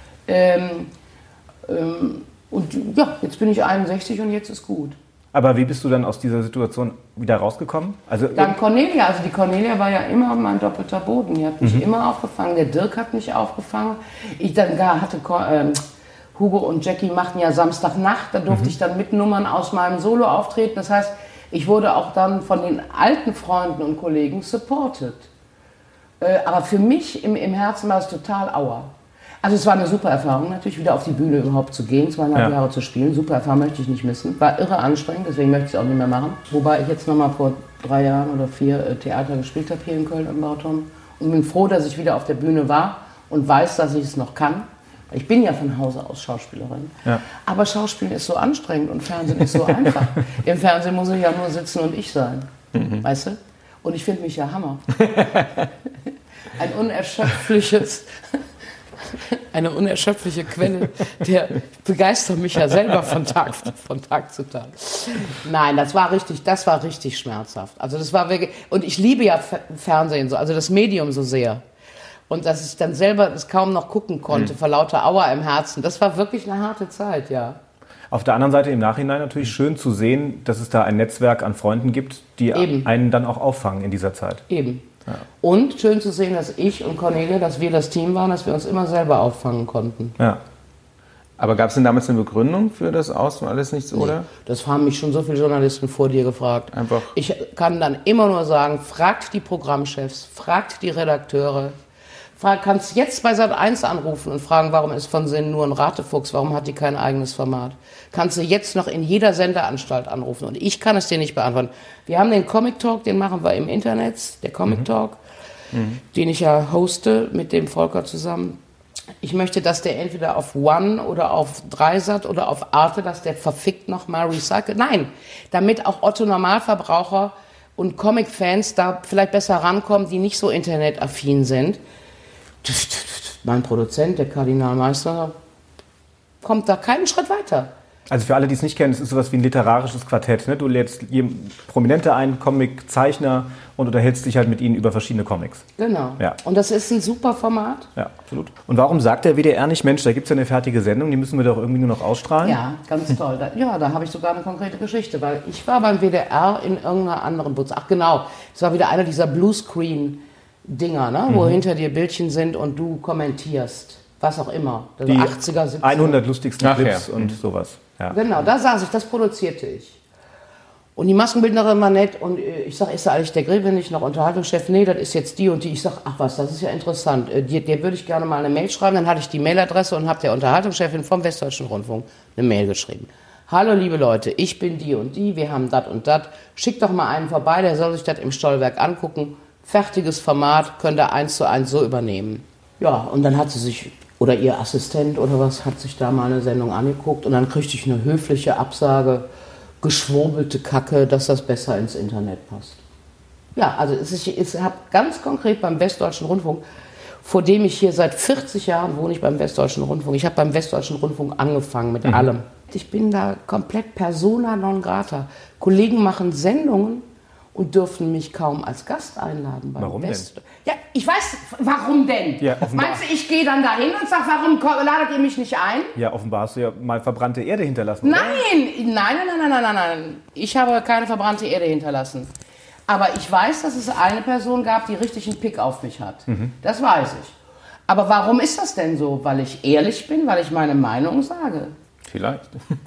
Und ja, jetzt bin ich 61 und jetzt ist gut. Aber wie bist du dann aus dieser Situation wieder rausgekommen? Also Dank Cornelia. Also die Cornelia war ja immer mein doppelter Boden. Die hat mich immer aufgefangen. Der Dirk hat mich aufgefangen. Hugo und Jackie machten ja Samstagnacht. Da durfte ich dann mit Nummern aus meinem Solo auftreten. Das heißt, ich wurde auch dann von den alten Freunden und Kollegen supported. Aber für mich im Herzen war es total Aua. Also es war eine super Erfahrung, natürlich wieder auf die Bühne überhaupt zu gehen, 2,5 Jahre zu spielen. Super Erfahrung, möchte ich nicht missen. War irre anstrengend, deswegen möchte ich es auch nicht mehr machen. Wobei ich jetzt nochmal vor 3 Jahren oder 4 Theater gespielt habe hier in Köln am Bauturm. Und bin froh, dass ich wieder auf der Bühne war und weiß, dass ich es noch kann. Ich bin ja von Hause aus Schauspielerin. Ja. Aber Schauspielen ist so anstrengend und Fernsehen ist so einfach. Im Fernsehen muss ich ja nur sitzen und ich sein. Weißt du? Und ich finde mich ja Hammer. Eine unerschöpfliche Quelle, der begeistert mich ja selber von Tag zu Tag. Nein, das war richtig schmerzhaft. Also das war wirklich, und ich liebe ja Fernsehen so, also das Medium so sehr. Und dass ich dann selber das kaum noch gucken konnte, vor lauter Aua im Herzen. Das war wirklich eine harte Zeit, ja. Auf der anderen Seite im Nachhinein natürlich schön zu sehen, dass es da ein Netzwerk an Freunden gibt, die einen dann auch auffangen in dieser Zeit. Eben. Ja. Und schön zu sehen, dass ich und Cornelia, dass wir das Team waren, dass wir uns immer selber auffangen konnten. Ja. Aber gab es denn damals eine Begründung für das Aus und Alles Nichts, oder? Nee, das haben mich schon so viele Journalisten vor dir gefragt. Einfach. Ich kann dann immer nur sagen, fragt die Programmchefs, fragt die Redakteure, kannst jetzt bei Sat.1 anrufen und fragen, warum ist von Sinn nur ein Ratefuchs, warum hat die kein eigenes Format? Kannst du jetzt noch in jeder Sendeanstalt anrufen und ich kann es dir nicht beantworten. Wir haben den Comic Talk, den machen wir im Internet, der Comic Talk, den ich ja hoste mit dem Volker zusammen. Ich möchte, dass der entweder auf One oder auf Dreisat oder auf Arte, dass der verfickt nochmal recycelt. Nein, damit auch Otto Normalverbraucher und Comic-Fans da vielleicht besser rankommen, die nicht so internetaffin sind. Mein Produzent, der Kardinalmeister, kommt da keinen Schritt weiter. Also für alle, die es nicht kennen, es ist sowas wie ein literarisches Quartett. Ne? Du lädst Prominente ein, Comic-Zeichner und unterhältst dich halt mit ihnen über verschiedene Comics. Genau. Ja. Und das ist ein super Format. Ja, absolut. Und warum sagt der WDR nicht, Mensch, da gibt es ja eine fertige Sendung, die müssen wir doch irgendwie nur noch ausstrahlen? Ja, ganz toll. Da habe ich sogar eine konkrete Geschichte, weil ich war beim WDR in irgendeiner anderen Boots. Ach genau, es war wieder einer dieser Bluescreen-Dinger, ne? Wo hinter dir Bildchen sind und du kommentierst. Was auch immer. Also die 80er, 70er. 100 lustigsten Clips und sowas. Ja. Genau, da saß ich, das produzierte ich. Und die Maskenbildnerin war nett und ich sage, ist da eigentlich der Grill, wenn ich noch Unterhaltungschef? Nee, das ist jetzt die und die. Ich sage, ach was, das ist ja interessant. Der würde ich gerne mal eine Mail schreiben. Dann hatte ich die Mailadresse und habe der Unterhaltungschefin vom Westdeutschen Rundfunk eine Mail geschrieben. Hallo liebe Leute, ich bin die und die, wir haben dat und dat. Schickt doch mal einen vorbei, der soll sich das im Stollwerk angucken. Fertiges Format, könnt ihr 1:1 so übernehmen. Ja, und dann hat sie sich, oder ihr Assistent oder was, hat sich da mal eine Sendung angeguckt und dann kriegte ich eine höfliche Absage, geschwurbelte Kacke, dass das besser ins Internet passt. Ja, also ich habe ganz konkret beim Westdeutschen Rundfunk, vor dem ich hier seit 40 Jahren wohne, ich beim Westdeutschen Rundfunk, ich habe beim Westdeutschen Rundfunk angefangen mit allem. Ich bin da komplett persona non grata. Kollegen machen Sendungen und dürfen mich kaum als Gast einladen. Warum denn? Ja, ich weiß, warum denn? Ja, meinst du, ich gehe dann dahin und sage, warum ladet ihr mich nicht ein? Ja, offenbar hast du ja mal verbrannte Erde hinterlassen. Nein. Ich habe keine verbrannte Erde hinterlassen. Aber ich weiß, dass es eine Person gab, die richtig einen Pick auf mich hat. Das weiß ich. Aber warum ist das denn so? Weil ich ehrlich bin, weil ich meine Meinung sage? Vielleicht.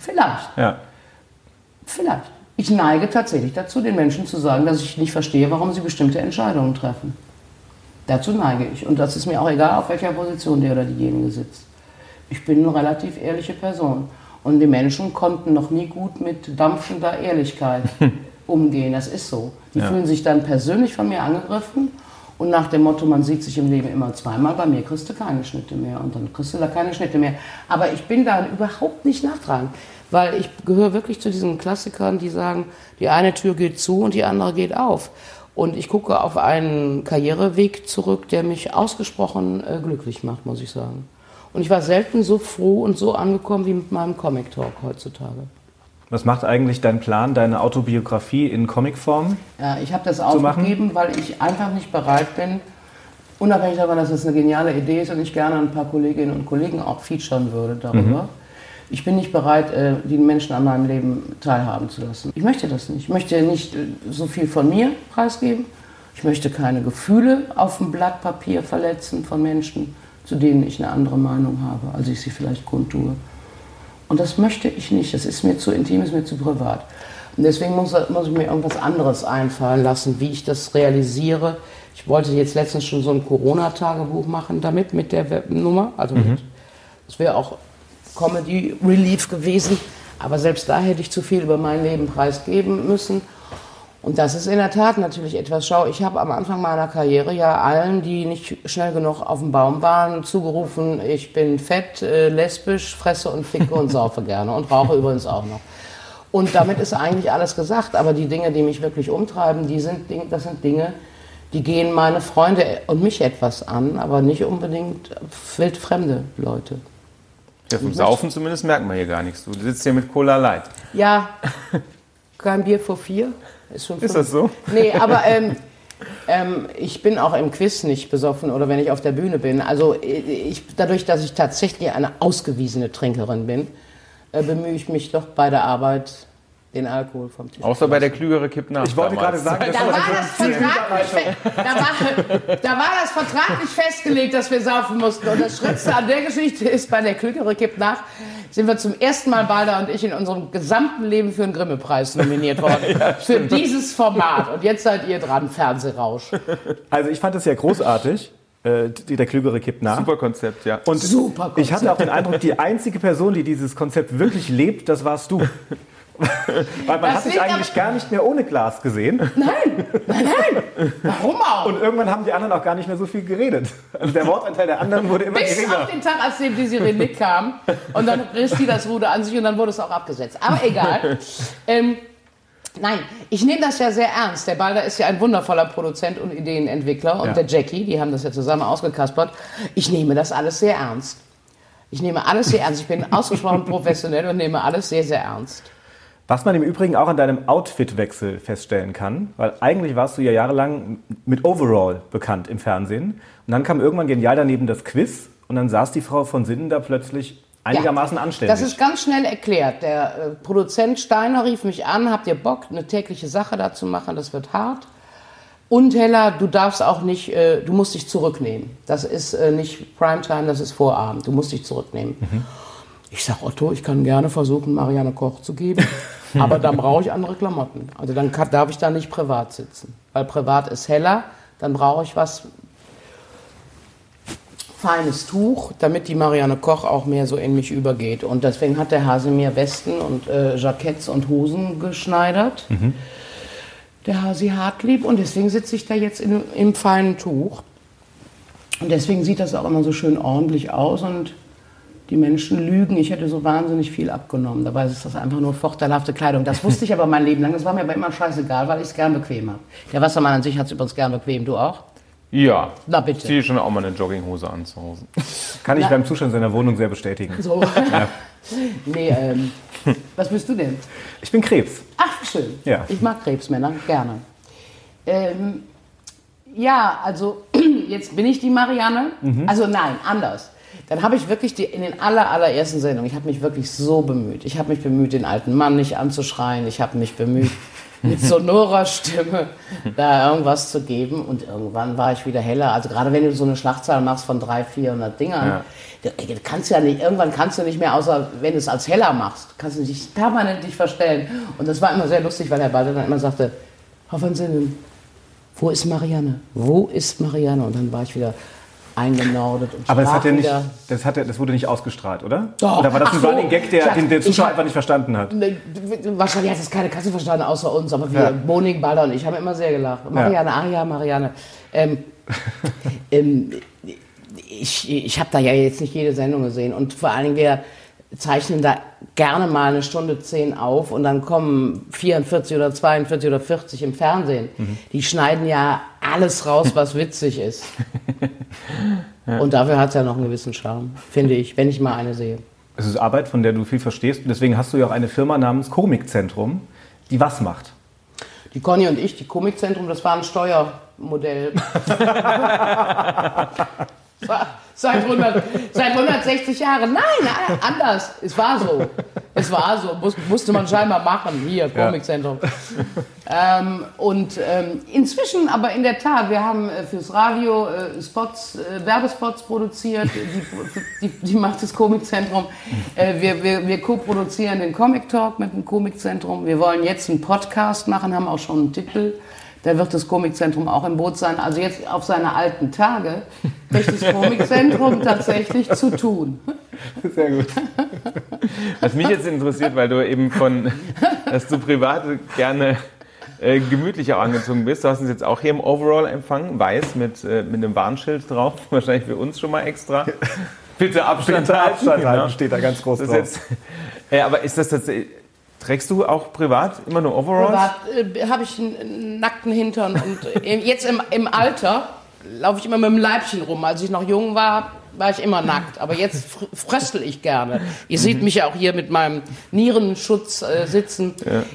Ja. Vielleicht. Ich neige tatsächlich dazu, den Menschen zu sagen, dass ich nicht verstehe, warum sie bestimmte Entscheidungen treffen. Dazu neige ich. Und das ist mir auch egal, auf welcher Position der oder diejenige sitzt. Ich bin eine relativ ehrliche Person. Und die Menschen konnten noch nie gut mit dampfender Ehrlichkeit umgehen. Das ist so. Die fühlen sich dann persönlich von mir angegriffen. Und nach dem Motto, man sieht sich im Leben immer zweimal, bei mir kriegst du keine Schnitte mehr. Und dann kriegst du da keine Schnitte mehr. Aber ich bin da überhaupt nicht nachtragend. Weil ich gehöre wirklich zu diesen Klassikern, die sagen, die eine Tür geht zu und die andere geht auf. Und ich gucke auf einen Karriereweg zurück, der mich ausgesprochen glücklich macht, muss ich sagen. Und ich war selten so froh und so angekommen wie mit meinem Comic Talk heutzutage. Was macht eigentlich dein Plan, deine Autobiografie in Comicform? Ja, ich habe das aufgegeben, weil ich einfach nicht bereit bin, unabhängig davon, dass das eine geniale Idee ist und ich gerne ein paar Kolleginnen und Kollegen auch featuren würde darüber. Ich bin nicht bereit, die Menschen an meinem Leben teilhaben zu lassen. Ich möchte das nicht. Ich möchte nicht so viel von mir preisgeben. Ich möchte keine Gefühle auf dem Blatt Papier verletzen von Menschen, zu denen ich eine andere Meinung habe, als ich sie vielleicht kundtue. Und das möchte ich nicht. Das ist mir zu intim, ist mir zu privat. Und deswegen muss ich mir irgendwas anderes einfallen lassen, wie ich das realisiere. Ich wollte jetzt letztens schon so ein Corona-Tagebuch machen damit, mit der Webnummer. Also das wäre auch Comedy Relief gewesen, aber selbst da hätte ich zu viel über mein Leben preisgeben müssen. Und das ist in der Tat natürlich etwas. Schau, ich habe am Anfang meiner Karriere ja allen, die nicht schnell genug auf dem Baum waren, zugerufen, ich bin fett, lesbisch, fresse und ficke und saufe gerne und rauche übrigens auch noch. Und damit ist eigentlich alles gesagt, aber die Dinge, die mich wirklich umtreiben, das sind Dinge, die gehen meine Freunde und mich etwas an, aber nicht unbedingt wildfremde Leute. Ja, vom Saufen zumindest merken wir hier gar nichts. Du sitzt hier mit Cola Light. Ja, kein Bier vor 4. Ist schon 5. Ist das so? Nee, aber ich bin auch im Quiz nicht besoffen oder wenn ich auf der Bühne bin. Also dadurch, dass ich tatsächlich eine ausgewiesene Trinkerin bin, bemühe ich mich doch bei der Arbeit, den Alkohol vom Tisch. Außer bei der Klügere kippt nach. Ich wollte gerade sagen, Da war das vertraglich festgelegt, dass wir saufen mussten. Und das Schlimmste an der Geschichte ist, bei der Klügere kippt nach, sind wir zum ersten Mal, Balder und ich, in unserem gesamten Leben für einen Grimme-Preis nominiert worden. Ja, für dieses Format. Und jetzt seid ihr dran, Fernsehrausch. Also ich fand das ja großartig. Der Klügere kippt nach. Super Konzept, ja. Und Super Konzept. Ich hatte auch den Eindruck, die einzige Person, die dieses Konzept wirklich lebt, das warst du. Weil man hat dich eigentlich gar nicht mehr ohne Glas gesehen. Nein. Warum auch? Und irgendwann haben die anderen auch gar nicht mehr so viel geredet. Also der Wortanteil der anderen wurde immer bis geringer. Auf den Tag, als die Sirenik kam. Und dann riss die das Ruder an sich und dann wurde es auch abgesetzt. Aber egal. Nein, ich nehme das ja sehr ernst. Der Balder ist ja ein wundervoller Produzent und Ideenentwickler. Und der Jackie, die haben das ja zusammen ausgekaspert. Ich nehme das alles sehr ernst. Ich nehme alles sehr ernst. Ich bin ausgesprochen professionell und nehme alles sehr, sehr ernst. Was man im Übrigen auch an deinem Outfitwechsel feststellen kann, weil eigentlich warst du ja jahrelang mit Overall bekannt im Fernsehen. Und dann kam irgendwann genial daneben das Quiz und dann saß die Frau von Sinnen da plötzlich einigermaßen anständig. Das ist ganz schnell erklärt. Der Produzent Steiner rief mich an, habt ihr Bock, eine tägliche Sache da zu machen, das wird hart. Und Hella, du darfst auch nicht, du musst dich zurücknehmen. Das ist nicht Primetime, das ist Vorabend, du musst dich zurücknehmen. Ich sag, Otto, ich kann gerne versuchen, Marianne Koch zu geben, aber dann brauche ich andere Klamotten. Also dann darf ich da nicht privat sitzen, weil privat ist heller, dann brauche ich was feines Tuch, damit die Marianne Koch auch mehr so in mich übergeht. Und deswegen hat der Hase mir Westen und Jacketts und Hosen geschneidert, der Hasi Hartlieb, und deswegen sitze ich da jetzt im feinen Tuch. Und deswegen sieht das auch immer so schön ordentlich aus und die Menschen lügen, ich hätte so wahnsinnig viel abgenommen. Dabei ist das einfach nur vorteilhafte Kleidung. Das wusste ich aber mein Leben lang. Das war mir aber immer scheißegal, weil ich es gern bequem habe. Der Wassermann an sich hat es übrigens gern bequem. Du auch? Ja. Na bitte. Ich ziehe schon auch mal eine Jogginghose an zu Hause. Kann ich beim Zustand seiner Wohnung sehr bestätigen. So. Ja. Nee, was bist du denn? Ich bin Krebs. Ach, schön. Ja. Ich mag Krebsmänner, gerne. Ja, also jetzt bin ich die Marianne. Also nein, anders. Dann habe ich wirklich in den allerersten Sendungen, ich habe mich wirklich so bemüht. Ich habe mich bemüht, den alten Mann nicht anzuschreien. Ich habe mich bemüht, mit sonorer Stimme da irgendwas zu geben. Und irgendwann war ich wieder heller. Also gerade wenn du so eine Schlagzahl machst von 300-400 Dingern, irgendwann kannst du nicht mehr, außer wenn du es als heller machst, kannst du dich permanent verstellen. Und das war immer sehr lustig, weil Herr Balder dann immer sagte, Frau von Sinnen, wo ist Marianne? Wo ist Marianne? Und dann war ich wieder eingenordet. Und aber das wurde nicht ausgestrahlt, oder? Doch. Oder war das ein Running Gag, den der Zuschauer einfach nicht verstanden hat? Wahrscheinlich hat es keine Kasse verstanden, außer uns. Aber wir, Boning, Balder und ich, haben immer sehr gelacht. Marianne, Marianne. Ich habe da ja jetzt nicht jede Sendung gesehen. Und vor allen Dingen, wir zeichnen da gerne mal 1:10 auf und dann kommen 44 oder 42 oder 40 im Fernsehen. Die schneiden ja alles raus, was witzig ist. Und dafür hat es ja noch einen gewissen Charme, finde ich, wenn ich mal eine sehe. Es ist Arbeit, von der du viel verstehst. Und deswegen hast du ja auch eine Firma namens Komikzentrum, die was macht? Die Conny und ich, die Komikzentrum, das war ein Steuermodell. Seit 160 Jahren. Nein, anders. Es war so. Musste man scheinbar machen. Hier, Komikzentrum. Inzwischen aber in der Tat, wir haben fürs Radio Werbespots produziert. Die macht das Komikzentrum. Wir co-produzieren den Comic Talk mit dem Komikzentrum. Wir wollen jetzt einen Podcast machen, haben auch schon einen Titel. Da wird das Komikzentrum auch im Boot sein. Also jetzt auf seine alten Tage kriegt das Komikzentrum tatsächlich zu tun. Sehr gut. Was mich jetzt interessiert, weil du eben dass du privat gerne gemütlich auch angezogen bist. Du hast uns jetzt auch hier im Overall empfangen, weiß mit einem Warnschild drauf. Wahrscheinlich für uns schon mal extra. Bitte Abstand halten, steht da ganz groß drauf. Aber ist das tatsächlich... Trägst du auch privat immer nur Overalls? Privat habe ich einen nackten Hintern und jetzt im Alter laufe ich immer mit dem Leibchen rum. Als ich noch jung war, war ich immer nackt. Aber jetzt fröstel ich gerne. Ihr seht mich ja auch hier mit meinem Nierenschutz sitzen. Ja.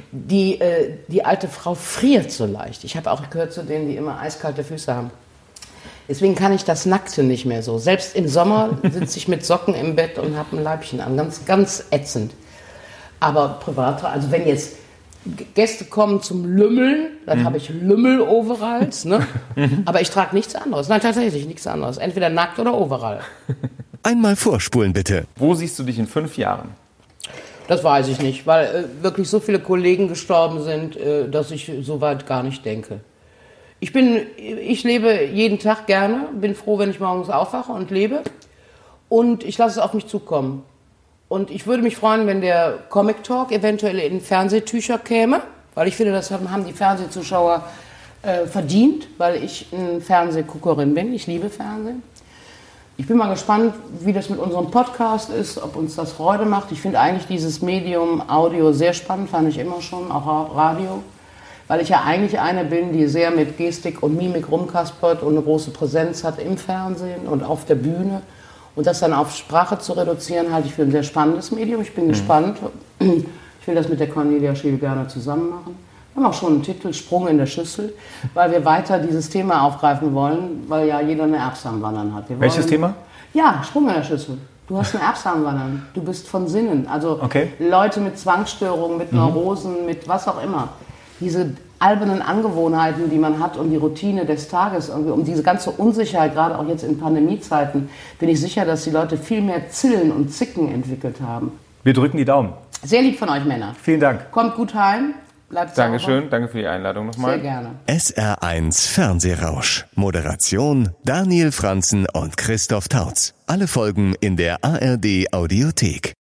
Die alte Frau friert so leicht. Ich habe auch gehört zu denen, die immer eiskalte Füße haben. Deswegen kann ich das Nackte nicht mehr so. Selbst im Sommer sitze ich mit Socken im Bett und habe ein Leibchen an. Ganz, ganz ätzend. Aber privat, also wenn jetzt Gäste kommen zum Lümmeln, dann habe ich Lümmel-Overalls, ne? Aber ich trage nichts anderes. Nein, tatsächlich nichts anderes. Entweder nackt oder Overall. Einmal vorspulen, bitte. Wo siehst du dich in 5 Jahren? Das weiß ich nicht, weil wirklich so viele Kollegen gestorben sind, dass ich so weit gar nicht denke. Ich lebe jeden Tag gerne, bin froh, wenn ich morgens aufwache und lebe. Und ich lasse es auf mich zukommen. Und ich würde mich freuen, wenn der Comic Talk eventuell in Fernsehtücher käme, weil ich finde, das haben die Fernsehzuschauer verdient, weil ich eine Fernsehguckerin bin. Ich liebe Fernsehen. Ich bin mal gespannt, wie das mit unserem Podcast ist, ob uns das Freude macht. Ich finde eigentlich dieses Medium Audio sehr spannend, fand ich immer schon, auch Radio. Weil ich ja eigentlich eine bin, die sehr mit Gestik und Mimik rumkaspert und eine große Präsenz hat im Fernsehen und auf der Bühne. Und das dann auf Sprache zu reduzieren, halte ich für ein sehr spannendes Medium. Ich bin gespannt. Ich will das mit der Cornelia Schiel gerne zusammen machen. Wir haben auch schon einen Titel, Sprung in der Schüssel, weil wir weiter dieses Thema aufgreifen wollen, weil ja jeder eine Erbse am Wandern hat. Welches Thema? Ja, Sprung in der Schüssel. Du hast eine Erbse am Wandern. Du bist von Sinnen. Also Leute mit Zwangsstörungen, mit Neurosen, mit was auch immer. Diese albernen Angewohnheiten, die man hat und die Routine des Tages, um diese ganze Unsicherheit, gerade auch jetzt in Pandemiezeiten, bin ich sicher, dass die Leute viel mehr Zillen und Zicken entwickelt haben. Wir drücken die Daumen. Sehr lieb von euch, Männer. Vielen Dank. Kommt gut heim. Bleibt sauber. Dankeschön, danke für die Einladung nochmal. Sehr gerne. SR1 Fernsehrausch. Moderation Daniel Franzen und Christoph Tautz. Alle Folgen in der ARD Audiothek.